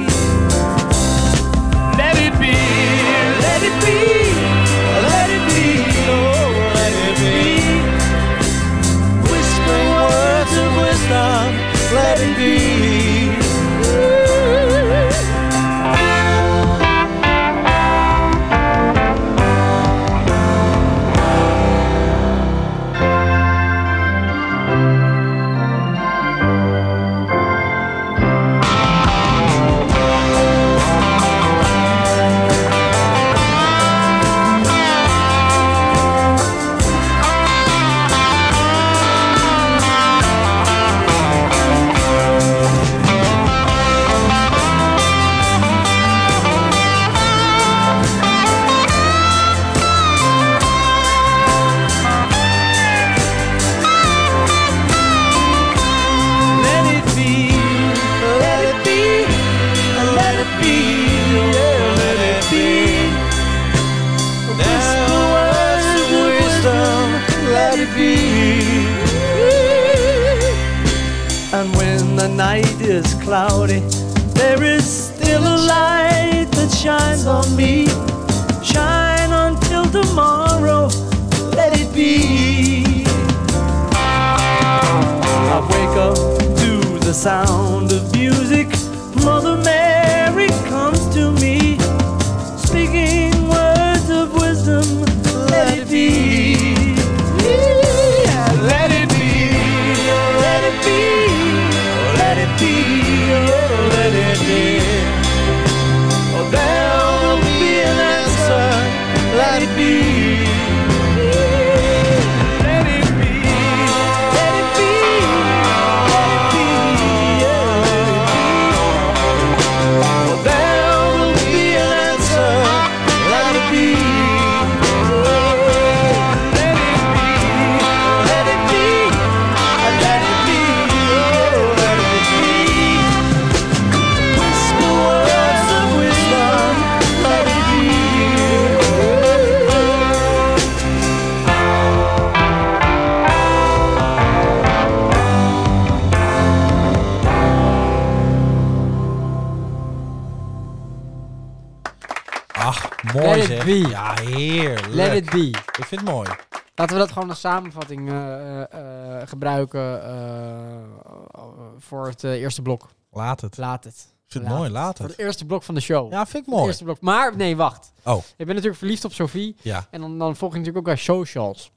Let it be, let it be, let it be, oh, let it be. Words of wisdom, let it be. Night is cloudy, there is still a light that shines on me. Shine until tomorrow, let it be. I wake up to the sound of music. Mother Mary comes to me, speaking words of wisdom, let it be. Let it be, let it be. Let it be, oh, let it be. Oh, there will be an answer, let it be. Let it be, let it be, let it be, yeah, let it be. Oh, there will be an answer, let it be. Let it be, let it be, let it be, oh, let it be. Whisper words of wisdom, let it be. Ach, mooi Let it zeg. be. Ja, heerlijk. Let it be. Ik vind het mooi. Laten we dat gewoon als samenvatting uh, uh, gebruiken uh, voor het uh, eerste blok. Laat het. Laat het. Ik vind het mooi, laat Voor het. het eerste blok van de show. Ja, vind ik Het mooi. eerste blok. Maar, nee, wacht. Oh, Ik ben natuurlijk verliefd op Sophie. ja. En dan, dan volg ik natuurlijk ook haar socials. Oh,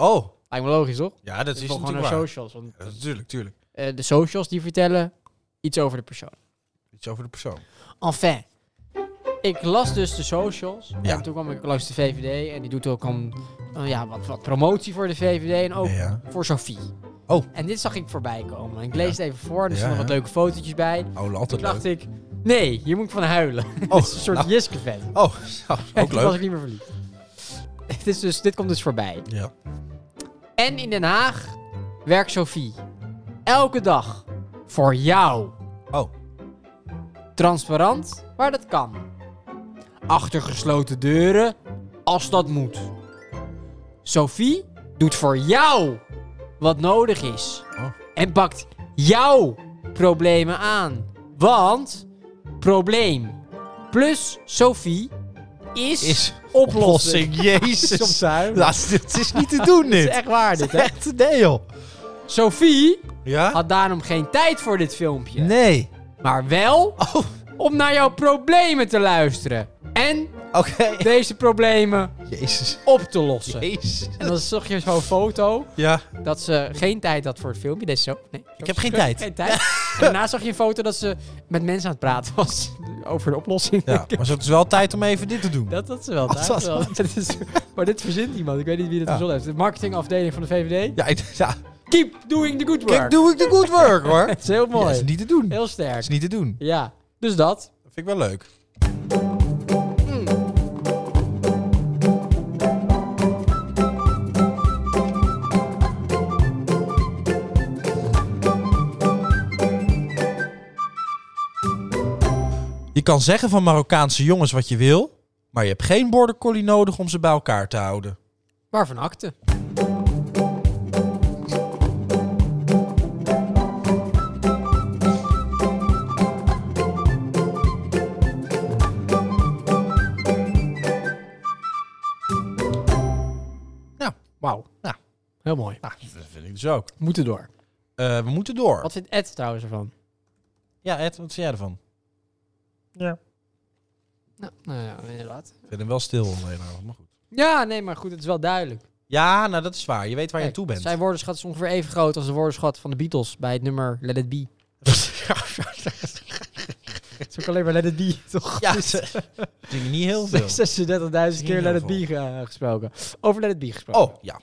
Lijkt me logisch, toch? Ja, dat Dus is gewoon naar natuurlijk waar. socials. Want, Ja, natuurlijk, tuurlijk. uh, de socials die vertellen iets over de persoon. Iets over de persoon. Enfin, ik las dus de socials. Ja. En toen kwam ik langs de V V D. En die doet ook een, uh, ja, wat, wat promotie voor de V V D. En ook Ja. voor Sophie. Oh. En dit zag ik voorbij komen. En ik lees het even voor. Er Ja, stonden wat ja. leuke fotootjes bij. Oh, Toen altijd dacht leuk. ik, nee, hier moet ik van huilen. Oh, Het is een soort nou. Jiske-vet. Oh, nou, ook Toen was leuk. ik niet meer verliefd. dit, is dus, dit komt dus voorbij. Ja. En in Den Haag werkt Sophie. Elke dag. Voor jou. Oh. Transparant, waar dat kan. Achter gesloten deuren, als dat moet. Sophie doet voor jou wat nodig is. Oh. En pakt jouw problemen aan. Want probleem plus Sophie is, Is oplossing. oplossing. Jezus. Soms huilen. Dat is, dit is niet te doen, Het dit. is echt waar dit, hè? Echt, nee, joh. Sophie Ja? had daarom geen tijd voor dit filmpje. Nee. Maar wel Oh, om naar jouw problemen te luisteren. En oké. deze problemen Jezus. op te lossen. Jezus. En dan zag je zo'n foto Ja. dat ze geen tijd had voor het filmpje. Deze zo. Nee, zo. Ik heb geen tijd. Geen tijd. En daarna zag je een foto dat ze met mensen aan het praten was over de oplossing. Ja, maar het is wel tijd om even dit te doen. Dat dat ze wel. Wat Dat was wel. Dat is, maar dit verzint iemand. Ik weet niet wie dit Ja. verzonnen heeft. De marketingafdeling van de V V D. Ja, ik, ja. Keep doing the good work. Kijk, doe ik de good work, hoor. Het is heel Ja, mooi. dat is niet te doen. Heel Dat sterk. is niet te doen. Ja. Dus dat. Dat vind ik wel leuk. Mm. Je kan zeggen van Marokkaanse jongens wat je wil, maar je hebt geen border collie nodig om ze bij elkaar te houden. Waarvan akte? Ja. Wauw. Ja. Heel mooi. Nou, dat vind ik dus ook. We moeten door. Uh, we moeten door. Wat vindt Ed trouwens ervan? Ja, Ed, wat vind jij ervan? Ja. Nou, nou ja, inderdaad. Ik vind hem wel stil alleen maar, maar goed. Ja, nee, maar goed, het is wel duidelijk. Ja, nou dat is waar. Je weet waar je Kijk, aan toe bent. Zijn woordenschat is ongeveer even groot als de woordenschat van de Beatles bij het nummer Let It Be. Het is ook alleen maar Let It Be, toch? Ja, ze zingen niet heel veel. zesendertigduizend keer Niet Let heel It Be ge- gesproken. Over Let It Be gesproken. Oh, ja.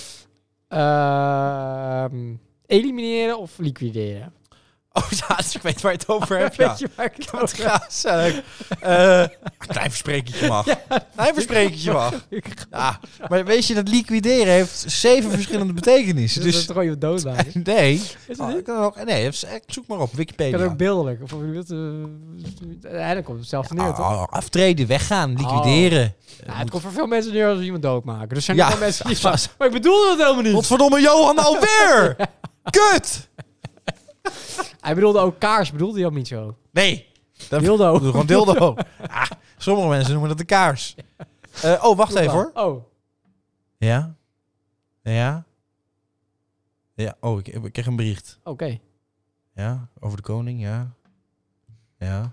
Ehm, elimineren of liquideren? Oh ja, dus ik weet waar je het over hebt, ja. Weet je waar ik het Wat over heb? gaaf, zeg. Eh, een klein versprekertje mag. Klein versprekertje mag. Ja, maar weet je, dat liquideren heeft zeven verschillende betekenissen. Dus dat is Dus toch gewoon iemand doodmaken? nee. Is het Oh, niet? ik kan ook, nee, zoek maar op Ik Wikipedia. kan ook beeldelijk. Of je wilt, uh, uiteindelijk komt het zelf neer, toch? Ah, aftreden, weggaan, liquideren. Ja, het komt voor veel mensen neer als iemand doodmaken. Dus er zijn Ja, ook wel mensen die ja, van... Maar ik bedoelde het helemaal niet. Godverdomme, Johan, alweer! Kut! Hij bedoelde ook kaars, bedoelde hij ook niet zo. Nee. Dat Dildo. bedoel gewoon dildo. Ah, sommige mensen noemen dat een kaars. Uh, oh, wacht even hoor. Oh, Ja? Ja? Ja, oh, ik, ik kreeg een bericht. oké. Ja, over de koning, ja. Ja.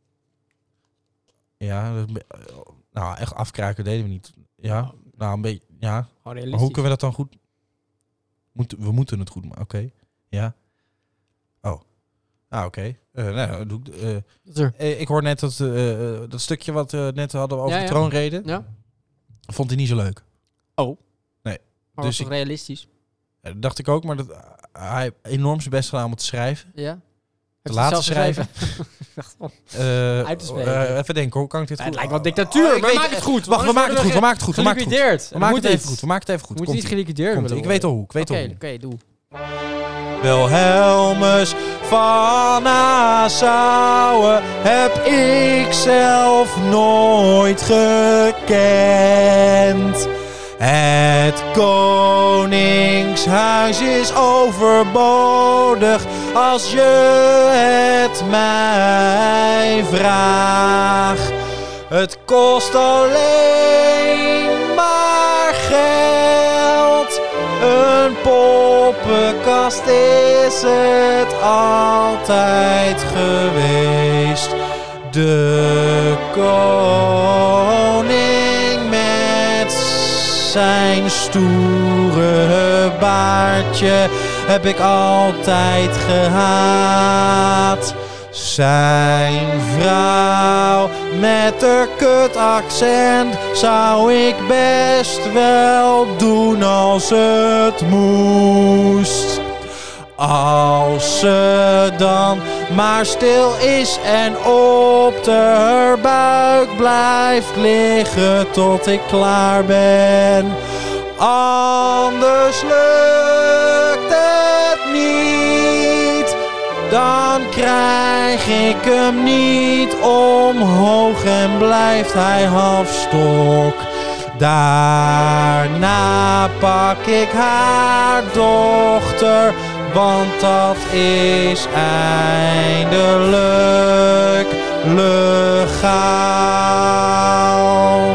Ja, dat is een be- nou, echt afkraken deden we niet. Ja, nou, een beetje, ja. Gewoon Maar realistisch. hoe kunnen we dat dan goed... Moet, we moeten het goed maken, oké. Ja. Oh. Ah, oké. Eh, nou, doe ik... eh, Dat is er. eh, ik hoor net dat, eh, eh, dat stukje wat we net hadden over Ja, de ja. troonrede. Ja. Vond hij niet zo leuk. Maar Dus was toch realistisch? Ja, dat dacht ik ook, maar dat, hij heeft enorm zijn best gedaan om het te schrijven. Ja. Te Heeft laten hij het zelf schrijven. geschreven? Ik dacht, oh, Eh, Uit te spreken. eh, even denken, hoe kan ik dit ja, goed? het lijkt wel dictatuur, Oh, ik maar weet- maak het goed. Wacht, we maken het goed, we maken het goed, we maken het goed. Geliquideerd. We maken het even goed, we maken het even goed. Moet je niet Komt-ie. geliquideerd Komt-ie. willen Ik weet al worden. hoe, ik weet al Oké, hoe. oké, doe. Wilhelmus van Nassau heb ik zelf nooit gekend. Het koningshuis is overbodig als je het mij vraagt. Het kost alleen maar geld. Een poppenkast is het altijd geweest. De koning met zijn stoere baardje heb ik altijd gehaat. Zijn vrouw met haar kutaccent zou ik best wel doen als het moest. Als ze dan maar stil is en op de buik blijft liggen tot ik klaar ben. Anders lukt het niet, dan krijg ik hem niet omhoog en blijft hij halfstok. Daarna pak ik haar dochter, want dat is eindelijk legaal.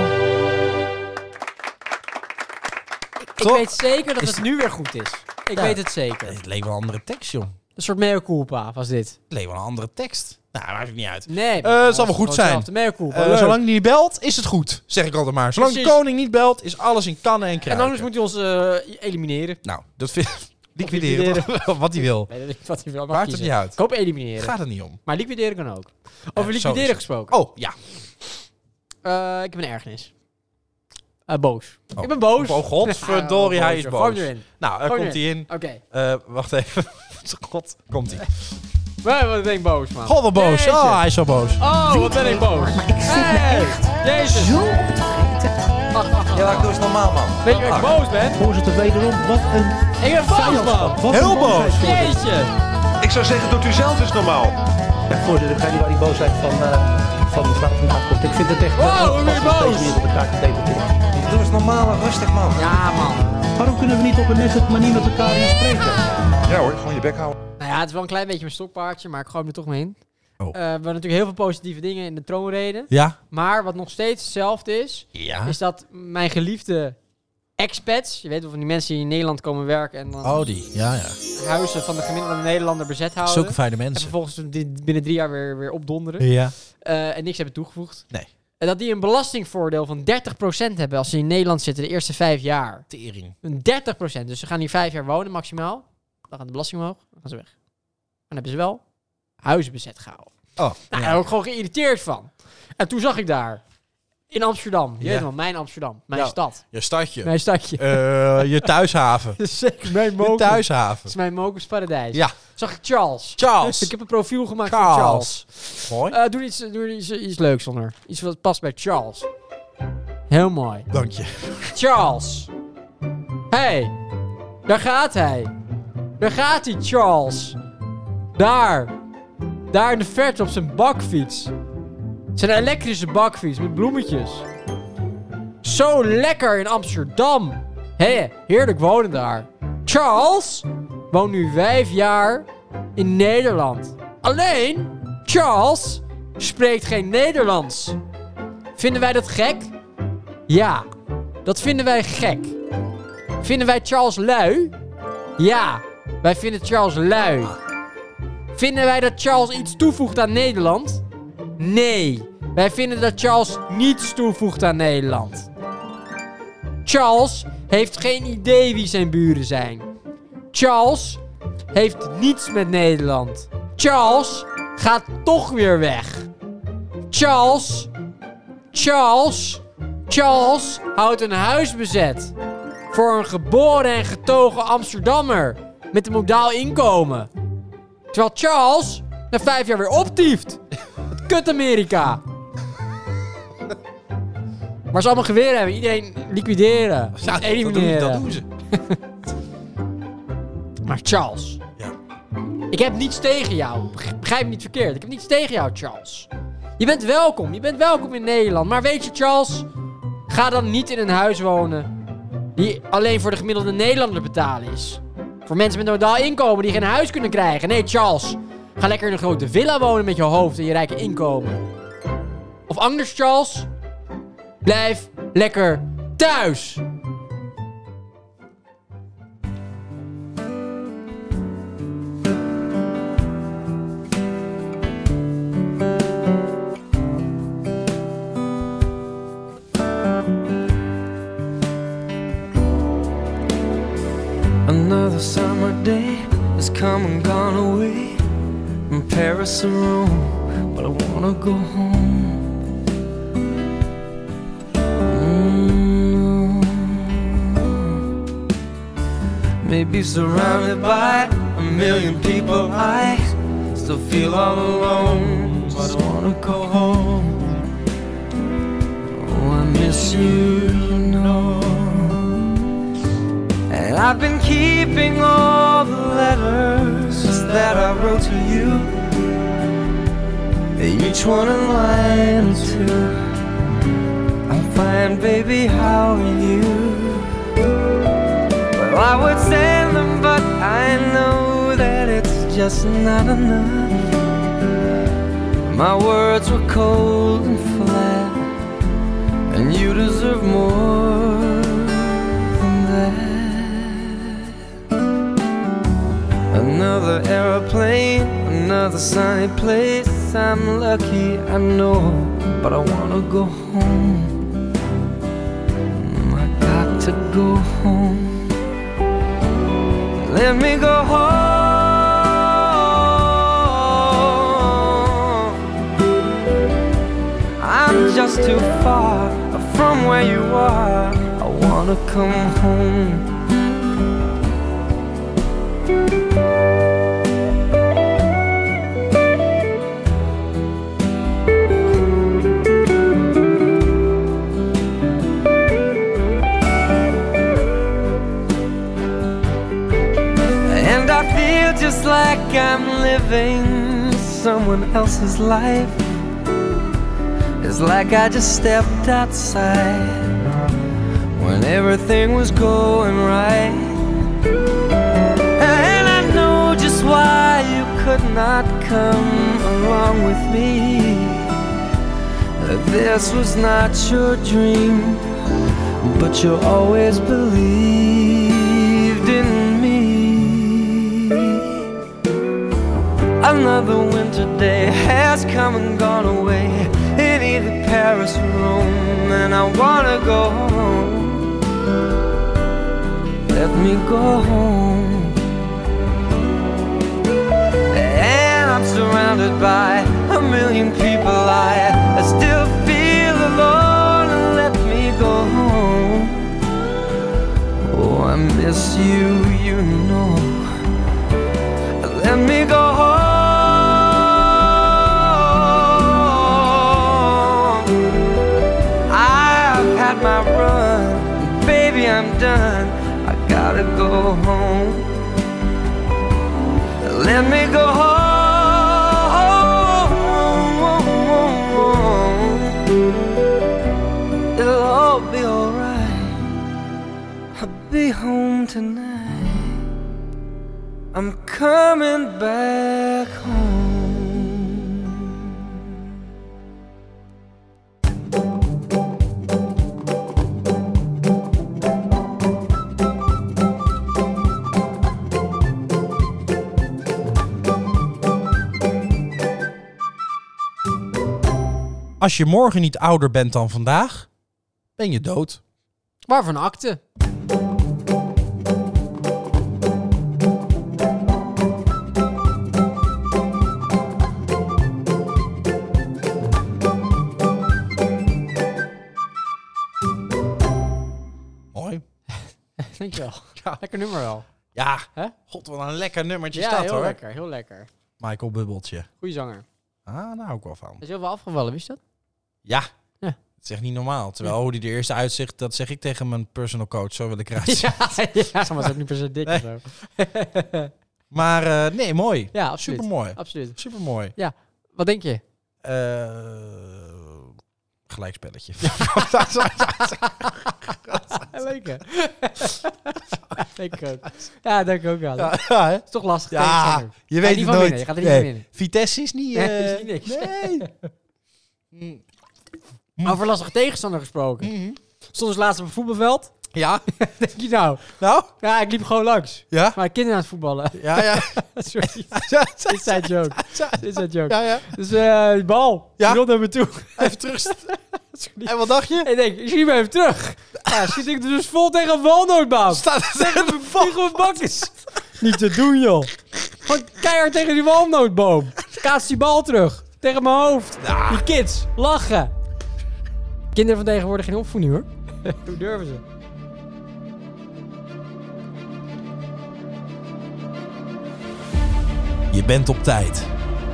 Ik weet zeker dat het nu weer goed is. Ik Ja. weet het zeker. Het leek wel een andere tekst, joh. Een soort mea culpa was dit. Het leek wel een andere tekst. Nou, dat maakt het niet uit. Nee. Eh, het zal wel goed zijn. De mea culpa. Uh, leuk. zolang hij niet belt, is het goed. Zeg ik altijd maar. Zolang Precies. de koning niet belt, is alles in kannen en En kruiken. anders moet hij ons uh, elimineren. Nou, dat vind liquideren. toch? Wat hij wil. Weet niet wat hij wil. Mag Maakt het kiezen. niet uit. Ik hoop elimineren. Gaat er niet om. Maar liquideren kan ook. Over Ja, zo is liquideren het. gesproken. Oh, ja. Uh, ik heb een ergernis. Uh, boos. Oh. Ik ben boos. Oh, godverdorie, Ja, hij is Gewoon boos. erin. Nou, daar Gewoon komt hij in. Oké. Uh, wacht even. God, komt hij. Wij wat ben ik boos, man. God, wat boos. Jeetje. Oh, hij is zo boos. Oh, wat ben ik boos. Hey, Jezus. Zo op het vreten. Ja, doe eens normaal, man. Weet je waar ik boos ben? Voorzitter, wederom, wat een Ik ben boos, man. vijandschap. Wat Heel een boos. boosheid, voorzitter. Jeetje. Ik zou zeggen, doet u zelf eens normaal. Ja, voorzitter, ik ga niet waar die boosheid van, uh, van mevrouw vandaan komt. Ik vind het echt... Wow, uh, ik ben pas boos. steeds meer op elkaar te debatteren. Doe eens normaal en rustig, man. Ja, man. Waarom kunnen we niet op een nette manier met elkaar in spreken? Ja hoor, gewoon je bek houden. Nou ja, het is wel een klein beetje mijn stokpaardje, maar ik gooi hem er toch mee in. Oh. Uh, we hebben natuurlijk heel veel positieve dingen in de troonrede. Ja? Maar wat nog steeds hetzelfde is, Ja. is dat mijn geliefde expats, je weet wel van die mensen die in Nederland komen werken en dan Oh, die. Ja, ja. huizen van de gemiddelde Nederlander bezet houden. Zulke fijne En mensen. vervolgens di- binnen drie jaar weer, weer opdonderen. Ja. Uh, en niks hebben toegevoegd. Nee. En dat die een belastingvoordeel van dertig procent hebben als ze in Nederland zitten de eerste vijf jaar. Tering. Een dertig procent. Dus ze gaan hier vijf jaar wonen maximaal. Dan gaat de belasting omhoog. Dan gaan ze weg. Dan hebben ze wel huizen bezet gehouden. Oh, Nou, daar ja. ben ik gewoon geïrriteerd van. En toen zag ik daar, in Amsterdam, je Ja. weet wel, mijn Amsterdam, mijn Ja. stad, Je stadje. mijn stadje. Uh, je thuishaven. Dat is zeker mijn Je mokum. Dat thuishaven. is mijn mokus paradijs. Ja. Zag ik Charles. Charles. Ik heb een profiel gemaakt Charles. van Charles. Mooi. Uh, doe iets, doe iets, iets leuks onder. Iets wat past bij Charles. Heel mooi. Dank je. Charles. Hey, daar gaat hij. Daar gaat hij, Charles. Daar. Daar in de verte op zijn bakfiets. Zijn elektrische bakfiets met bloemetjes. Zo lekker in Amsterdam. Hé, hey, heerlijk wonen daar. Charles woont nu vijf jaar in Nederland. Alleen, Charles spreekt geen Nederlands. Vinden wij dat gek? Ja, dat vinden wij gek. Vinden wij Charles lui? Ja, wij vinden Charles lui. Vinden wij dat Charles iets toevoegt aan Nederland? Nee, wij vinden dat Charles niets toevoegt aan Nederland. Charles heeft geen idee wie zijn buren zijn. Charles heeft niets met Nederland. Charles gaat toch weer weg. Charles, Charles, Charles houdt een huis bezet. Voor een geboren en getogen Amsterdammer. Met een modaal inkomen. Terwijl Charles na vijf jaar weer optieft. Het kut Amerika. Maar ze allemaal geweren hebben. Iedereen liquideren. Ja, dat doen, elimineren. dat doen ze. Maar Charles. Ja. Ik heb niets tegen jou. Begrijp me niet verkeerd. Ik heb niets tegen jou, Charles. Je bent welkom. Je bent welkom in Nederland. Maar weet je, Charles? Ga dan niet in een huis wonen die alleen voor de gemiddelde Nederlander betalen is. Voor mensen met een modaal inkomen die geen huis kunnen krijgen. Nee, Charles. Ga lekker in een grote villa wonen met je hoofd en je rijke inkomen. Of anders, Charles. Blijf lekker thuis. Paris or Rome, but I wanna go home. Mm. Maybe surrounded by a million people, I still feel all alone, but I wanna go home. Oh, I miss you, you know. And I've been keeping all the letters that I wrote to you, each one a line or two. I'm fine, baby, how are you? Well, I would send them, but I know that it's just not enough. My words were cold and flat, and you deserve more than that. Another aeroplane, another sunny place. I'm lucky, I know, but I wanna go home. I got to go home. Let me go home. I'm just too far from where you are. I wanna come home. Just like I'm living someone else's life. It's like I just stepped outside when everything was going right. And I know just why you could not come along with me. That this was not your dream, but you always believed in me. Another winter day has come and gone away in either Paris or Rome, and I wanna go home. Let me go home. And I'm surrounded by a million people. I, I still feel alone, and let me go home. Oh, I miss you, you know. Let me go home. My run, baby, I'm done. I gotta go home. Let me go home. It'll all be alright. I'll be home tonight. I'm coming back home. Als je morgen niet ouder bent dan vandaag, ben je dood. Waarvan akte? Mooi. Dankjewel. Ja. Lekker nummer wel. Ja, Hè? god, wat een lekker nummertje Ja, staat heel hoor. lekker, heel lekker. Michael Bubbeltje. Goeie zanger. Ah, daar hou ik wel van. Is heel veel afgevallen, wist je dat? Ja. Ja. Dat is echt niet normaal. Terwijl hoe die er eerst uitziet, dat zeg ik tegen mijn personal coach. Zo wil ik eruit zien. Ja, ja, maar is ook niet per se dik Nee. of zo. Maar uh, nee, mooi. Ja, absoluut. Supermooi. Absoluut. Supermooi. Wat denk je? Uh, gelijkspelletje. Leuk hè? Denk ik ook. Ja, denk ik ook wel. Ja, ja, hè? Het is toch lastig. Ja, tegenstander. je Ga weet niet het van nooit. winnen. Je gaat er niet Nee. van winnen. Vitesse is niet... Nee, Uh, is niet niks. Nee. Over lastige tegenstander gesproken. Mm-hmm. Stond dus laatst op een voetbalveld. Ja. Denk je nou? Nou? Ja, ik liep gewoon langs. Ja? Maar kinderen aan het voetballen. Ja, ja. Sorry. Dit is zijn joke. Dit is zijn joke. Ja, ja. Dus uh, die bal. Ja? Die wil naar me toe. Even terug. Sorry. En wat dacht je? Ik denk, ik schiet me even terug. Ja, schiet ik dus vol tegen een walnootboom. Staat het Tegen mijn vliegen mijn bakjes. Niet te doen, joh. Gewoon keihard tegen die walnootboom. Kaats die bal terug. Tegen mijn hoofd. Ah. Die kids. Lachen. Kinderen van tegenwoordig geen opvoeding hoor. Hoe durven ze? Je bent op tijd.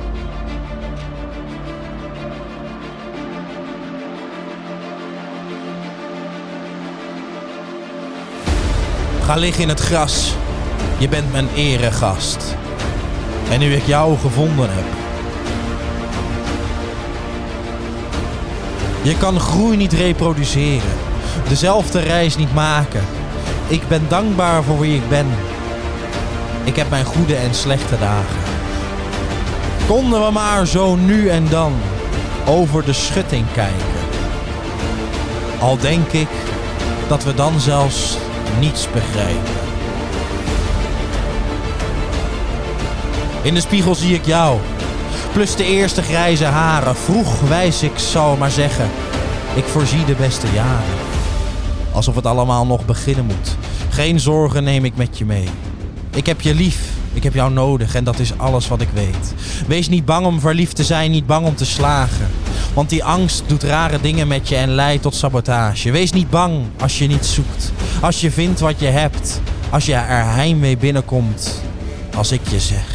Ga liggen in het gras. Je bent mijn eregast. En nu ik jou gevonden heb. Je kan groei niet reproduceren. Dezelfde reis niet maken. Ik ben dankbaar voor wie ik ben. Ik heb mijn goede en slechte dagen. Konden we maar zo nu en dan over de schutting kijken. Al denk ik dat we dan zelfs niets begrijpen. In de spiegel zie ik jou, plus de eerste grijze haren. Vroeg wijs ik, zal maar zeggen, ik voorzie de beste jaren. Alsof het allemaal nog beginnen moet. Geen zorgen neem ik met je mee. Ik heb je lief, ik heb jou nodig en dat is alles wat ik weet. Wees niet bang om verliefd te zijn, niet bang om te slagen. Want die angst doet rare dingen met je en leidt tot sabotage. Wees niet bang als je niet zoekt. Als je vindt wat je hebt. Als je er heimwee binnenkomt. Als ik je zeg.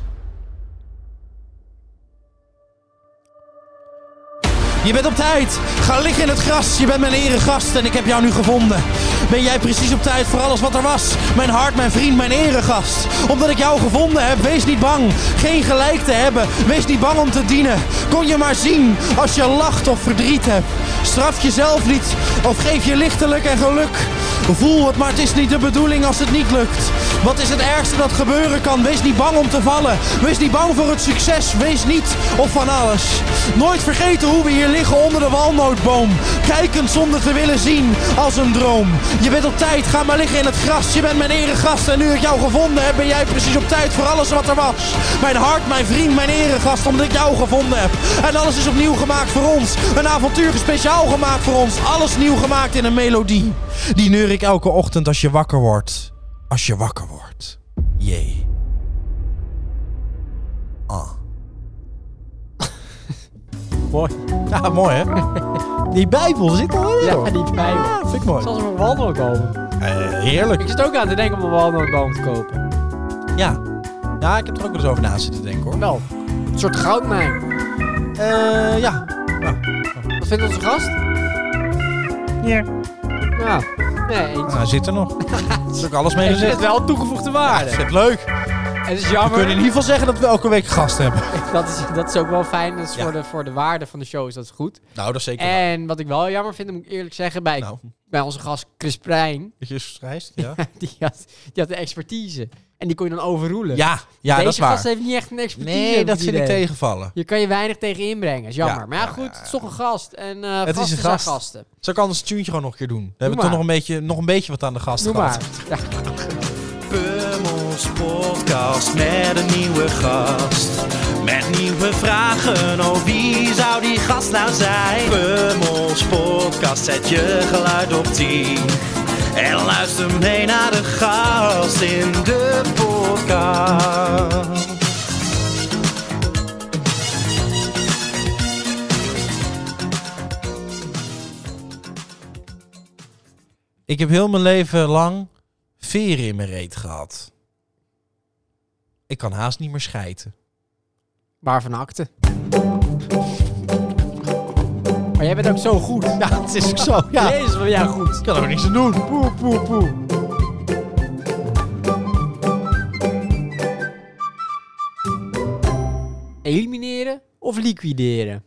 Je bent op tijd. Ga liggen in het gras. Je bent mijn eregast en ik heb jou nu gevonden. Ben jij precies op tijd voor alles wat er was? Mijn hart, mijn vriend, mijn eregast. Omdat ik jou gevonden heb, wees niet bang. Geen gelijk te hebben. Wees niet bang om te dienen. Kon je maar zien als je lacht of verdriet hebt. Straf jezelf niet of geef je lichtelijk en geluk. Voel het, maar het is niet de bedoeling als het niet lukt. Wat is het ergste dat gebeuren kan? Wees niet bang om te vallen. Wees niet bang voor het succes. Wees niet of van alles. Nooit vergeten hoe we hier liggen onder de walnootboom. Kijkend zonder te willen zien als een droom. Je bent op tijd, ga maar liggen in het gras. Je bent mijn eregast en nu ik jou gevonden heb, ben jij precies op tijd voor alles wat er was. Mijn hart, mijn vriend, mijn eregast, omdat ik jou gevonden heb. En alles is opnieuw gemaakt voor ons. Een avontuur speciaal gemaakt voor ons. Alles nieuw gemaakt in een melodie. Die neur ik elke ochtend als je wakker wordt. Als je wakker wordt. Jee. Ah. Mooi. Ja, mooi hè? Die Bijbel zit al in. Ja, die Bijbel. Ja, vind ik mooi. Zoals we een wandelboom. Uh, heerlijk. Ik zit ook aan te denken om een wandelboom te kopen. Ja. Ja, ik heb er ook wel eens over na zitten denken hoor. Wel. Een soort goudmijn. Eh, ja. ja. Wat vindt onze gast? Ja. Ja. Nee, eens. Nou, hij zit er nog. Er is ook alles mee Ik vind gezegd. het wel een toegevoegde waarde. Ja, het leuk. Het is We jammer. kunnen in ieder geval zeggen dat we elke week gast hebben. Dat is, dat is ook wel fijn. Dat is Ja. voor, de, voor de waarde van de show is dat goed. Nou, dat is zeker. En wat ik wel jammer vind, moet ik eerlijk zeggen, bij, Nou, bij onze gast Chris Prijn, dat je reist, ja. die had, die had de expertise. En die kon je dan overroelen. Ja, ja, Deze dat is waar. gast heeft niet echt een expertise. Nee, heb ik dat het vind ik idee. tegenvallen. Je kan je weinig tegen inbrengen, is jammer. Ja, maar ja, ja, goed, ja, het is ja. toch een gast. En uh, Het is gasten een zijn gast. gasten. Zo kan ons tuentje gewoon nog een keer doen. We hebben maar. toch nog een, beetje, nog een beetje wat aan de gast Doe gehad. maar. Ja. Pummels podcast met een nieuwe gast. Met nieuwe vragen, oh wie zou die gast nou zijn? Pummels podcast, zet je geluid op tien. En luister mee naar de gast in de podcast. Ik heb heel mijn leven lang veren in mijn reet gehad. Ik kan haast niet meer schijten. Waarvan akte. Maar jij bent ook zo goed. Ja, het is ook zo. Ja. Jezus, wat ben jij goed. Ik kan er ook niks aan doen. Poe, poe, poe. Elimineren of liquideren?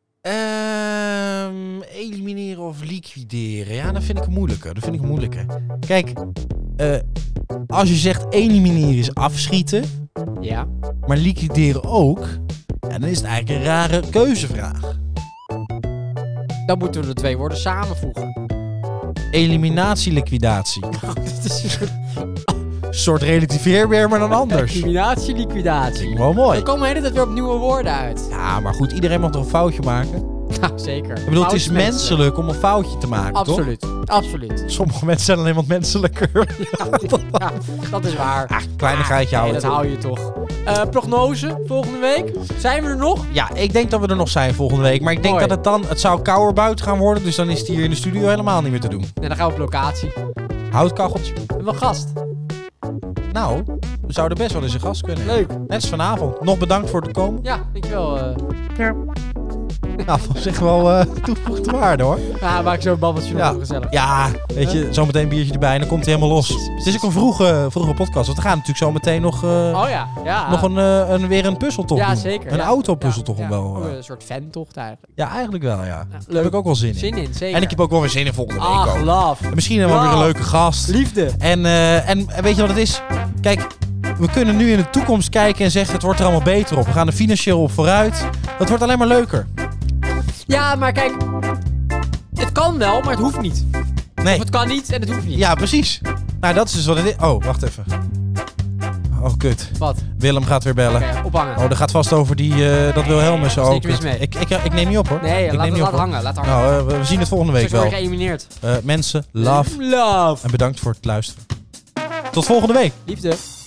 Ehm, elimineren of liquideren? Ja, dat vind ik een moeilijke. Dat vind ik een moeilijke. Kijk, eh, als je zegt elimineren is afschieten, Ja. maar liquideren ook, ja, dan is het eigenlijk een rare keuzevraag. Dan moeten we de twee woorden samenvoegen. Eliminatie-liquidatie. Het is een soort Een soort relativeerweer, maar dan anders. eliminatie, liquidatie. Wel mooi. Dan komen we de hele tijd weer op nieuwe woorden uit. Ja, maar goed, iedereen mag toch een foutje maken? Ja, zeker. Ik bedoel, het is menselijk om een foutje te maken, Absoluut, toch? absoluut. Sommige mensen zijn alleen wat menselijker. Ja, dat is waar. Ach, kleinigheidje nee, houden. dat hou je toch. Uh, prognose volgende week. Zijn we er nog? Ja, ik denk dat we er nog zijn volgende week. Maar ik denk Mooi. dat het dan... Het zou kouder buiten gaan worden. Dus dan is het hier in de studio helemaal niet meer te doen. En dan gaan we op locatie. Houtkacheltje. En wel gast. Nou, we zouden best wel eens een gast kunnen. Leuk. Net als vanavond. Nog bedankt voor het komen. Ja, dankjewel. Uh... Nou, volgens zich wel uh, toegevoegde waarde, hoor. Ja, maak zo een babbeltje nog Ja. wel gezellig. Ja, weet je, zometeen een biertje erbij en dan komt hij helemaal los. Het is ook een vroege, vroege podcast. Want we gaan natuurlijk zo meteen nog, uh, Oh ja, ja. nog een, uh, een, weer een puzzeltocht Ja, doen. zeker. Een ja. autopuzzeltocht ja, om ja. wel. Uh, Een soort fantocht eigenlijk. ja, eigenlijk wel, ja. Ja, Daar leuk. heb ik ook wel zin in. Zin in, zeker. En ik heb ook wel weer zin in volgende week Ach, ook. love. En misschien hebben we weer een Love. leuke gast. Liefde. En, uh, en weet je wat het is? Kijk, we kunnen nu in de toekomst kijken en zeggen het wordt er allemaal beter op. We gaan er financieel op vooruit. Dat wordt alleen maar leuker. Ja, maar kijk. Het kan wel, maar het hoeft niet. Nee. Of het kan niet en het hoeft niet. Ja, precies. Nou, dat is dus wat het is. Oh, wacht even. Oh, kut. Wat? Willem gaat weer bellen. Oké, ophangen. Oh, dat gaat vast over die, uh, dat Wilhelmus. dat Oh, steek je eens kut. mee. Ik, ik, ik neem niet op, hoor. Nee, ik laat, neem niet laat op, hoor. hangen. Laat hangen. Nou, uh, we, we zien het volgende week Straks wel. word je geëlimineerd. Uh, mensen, love Love. en bedankt voor het luisteren. Tot volgende week. Liefde.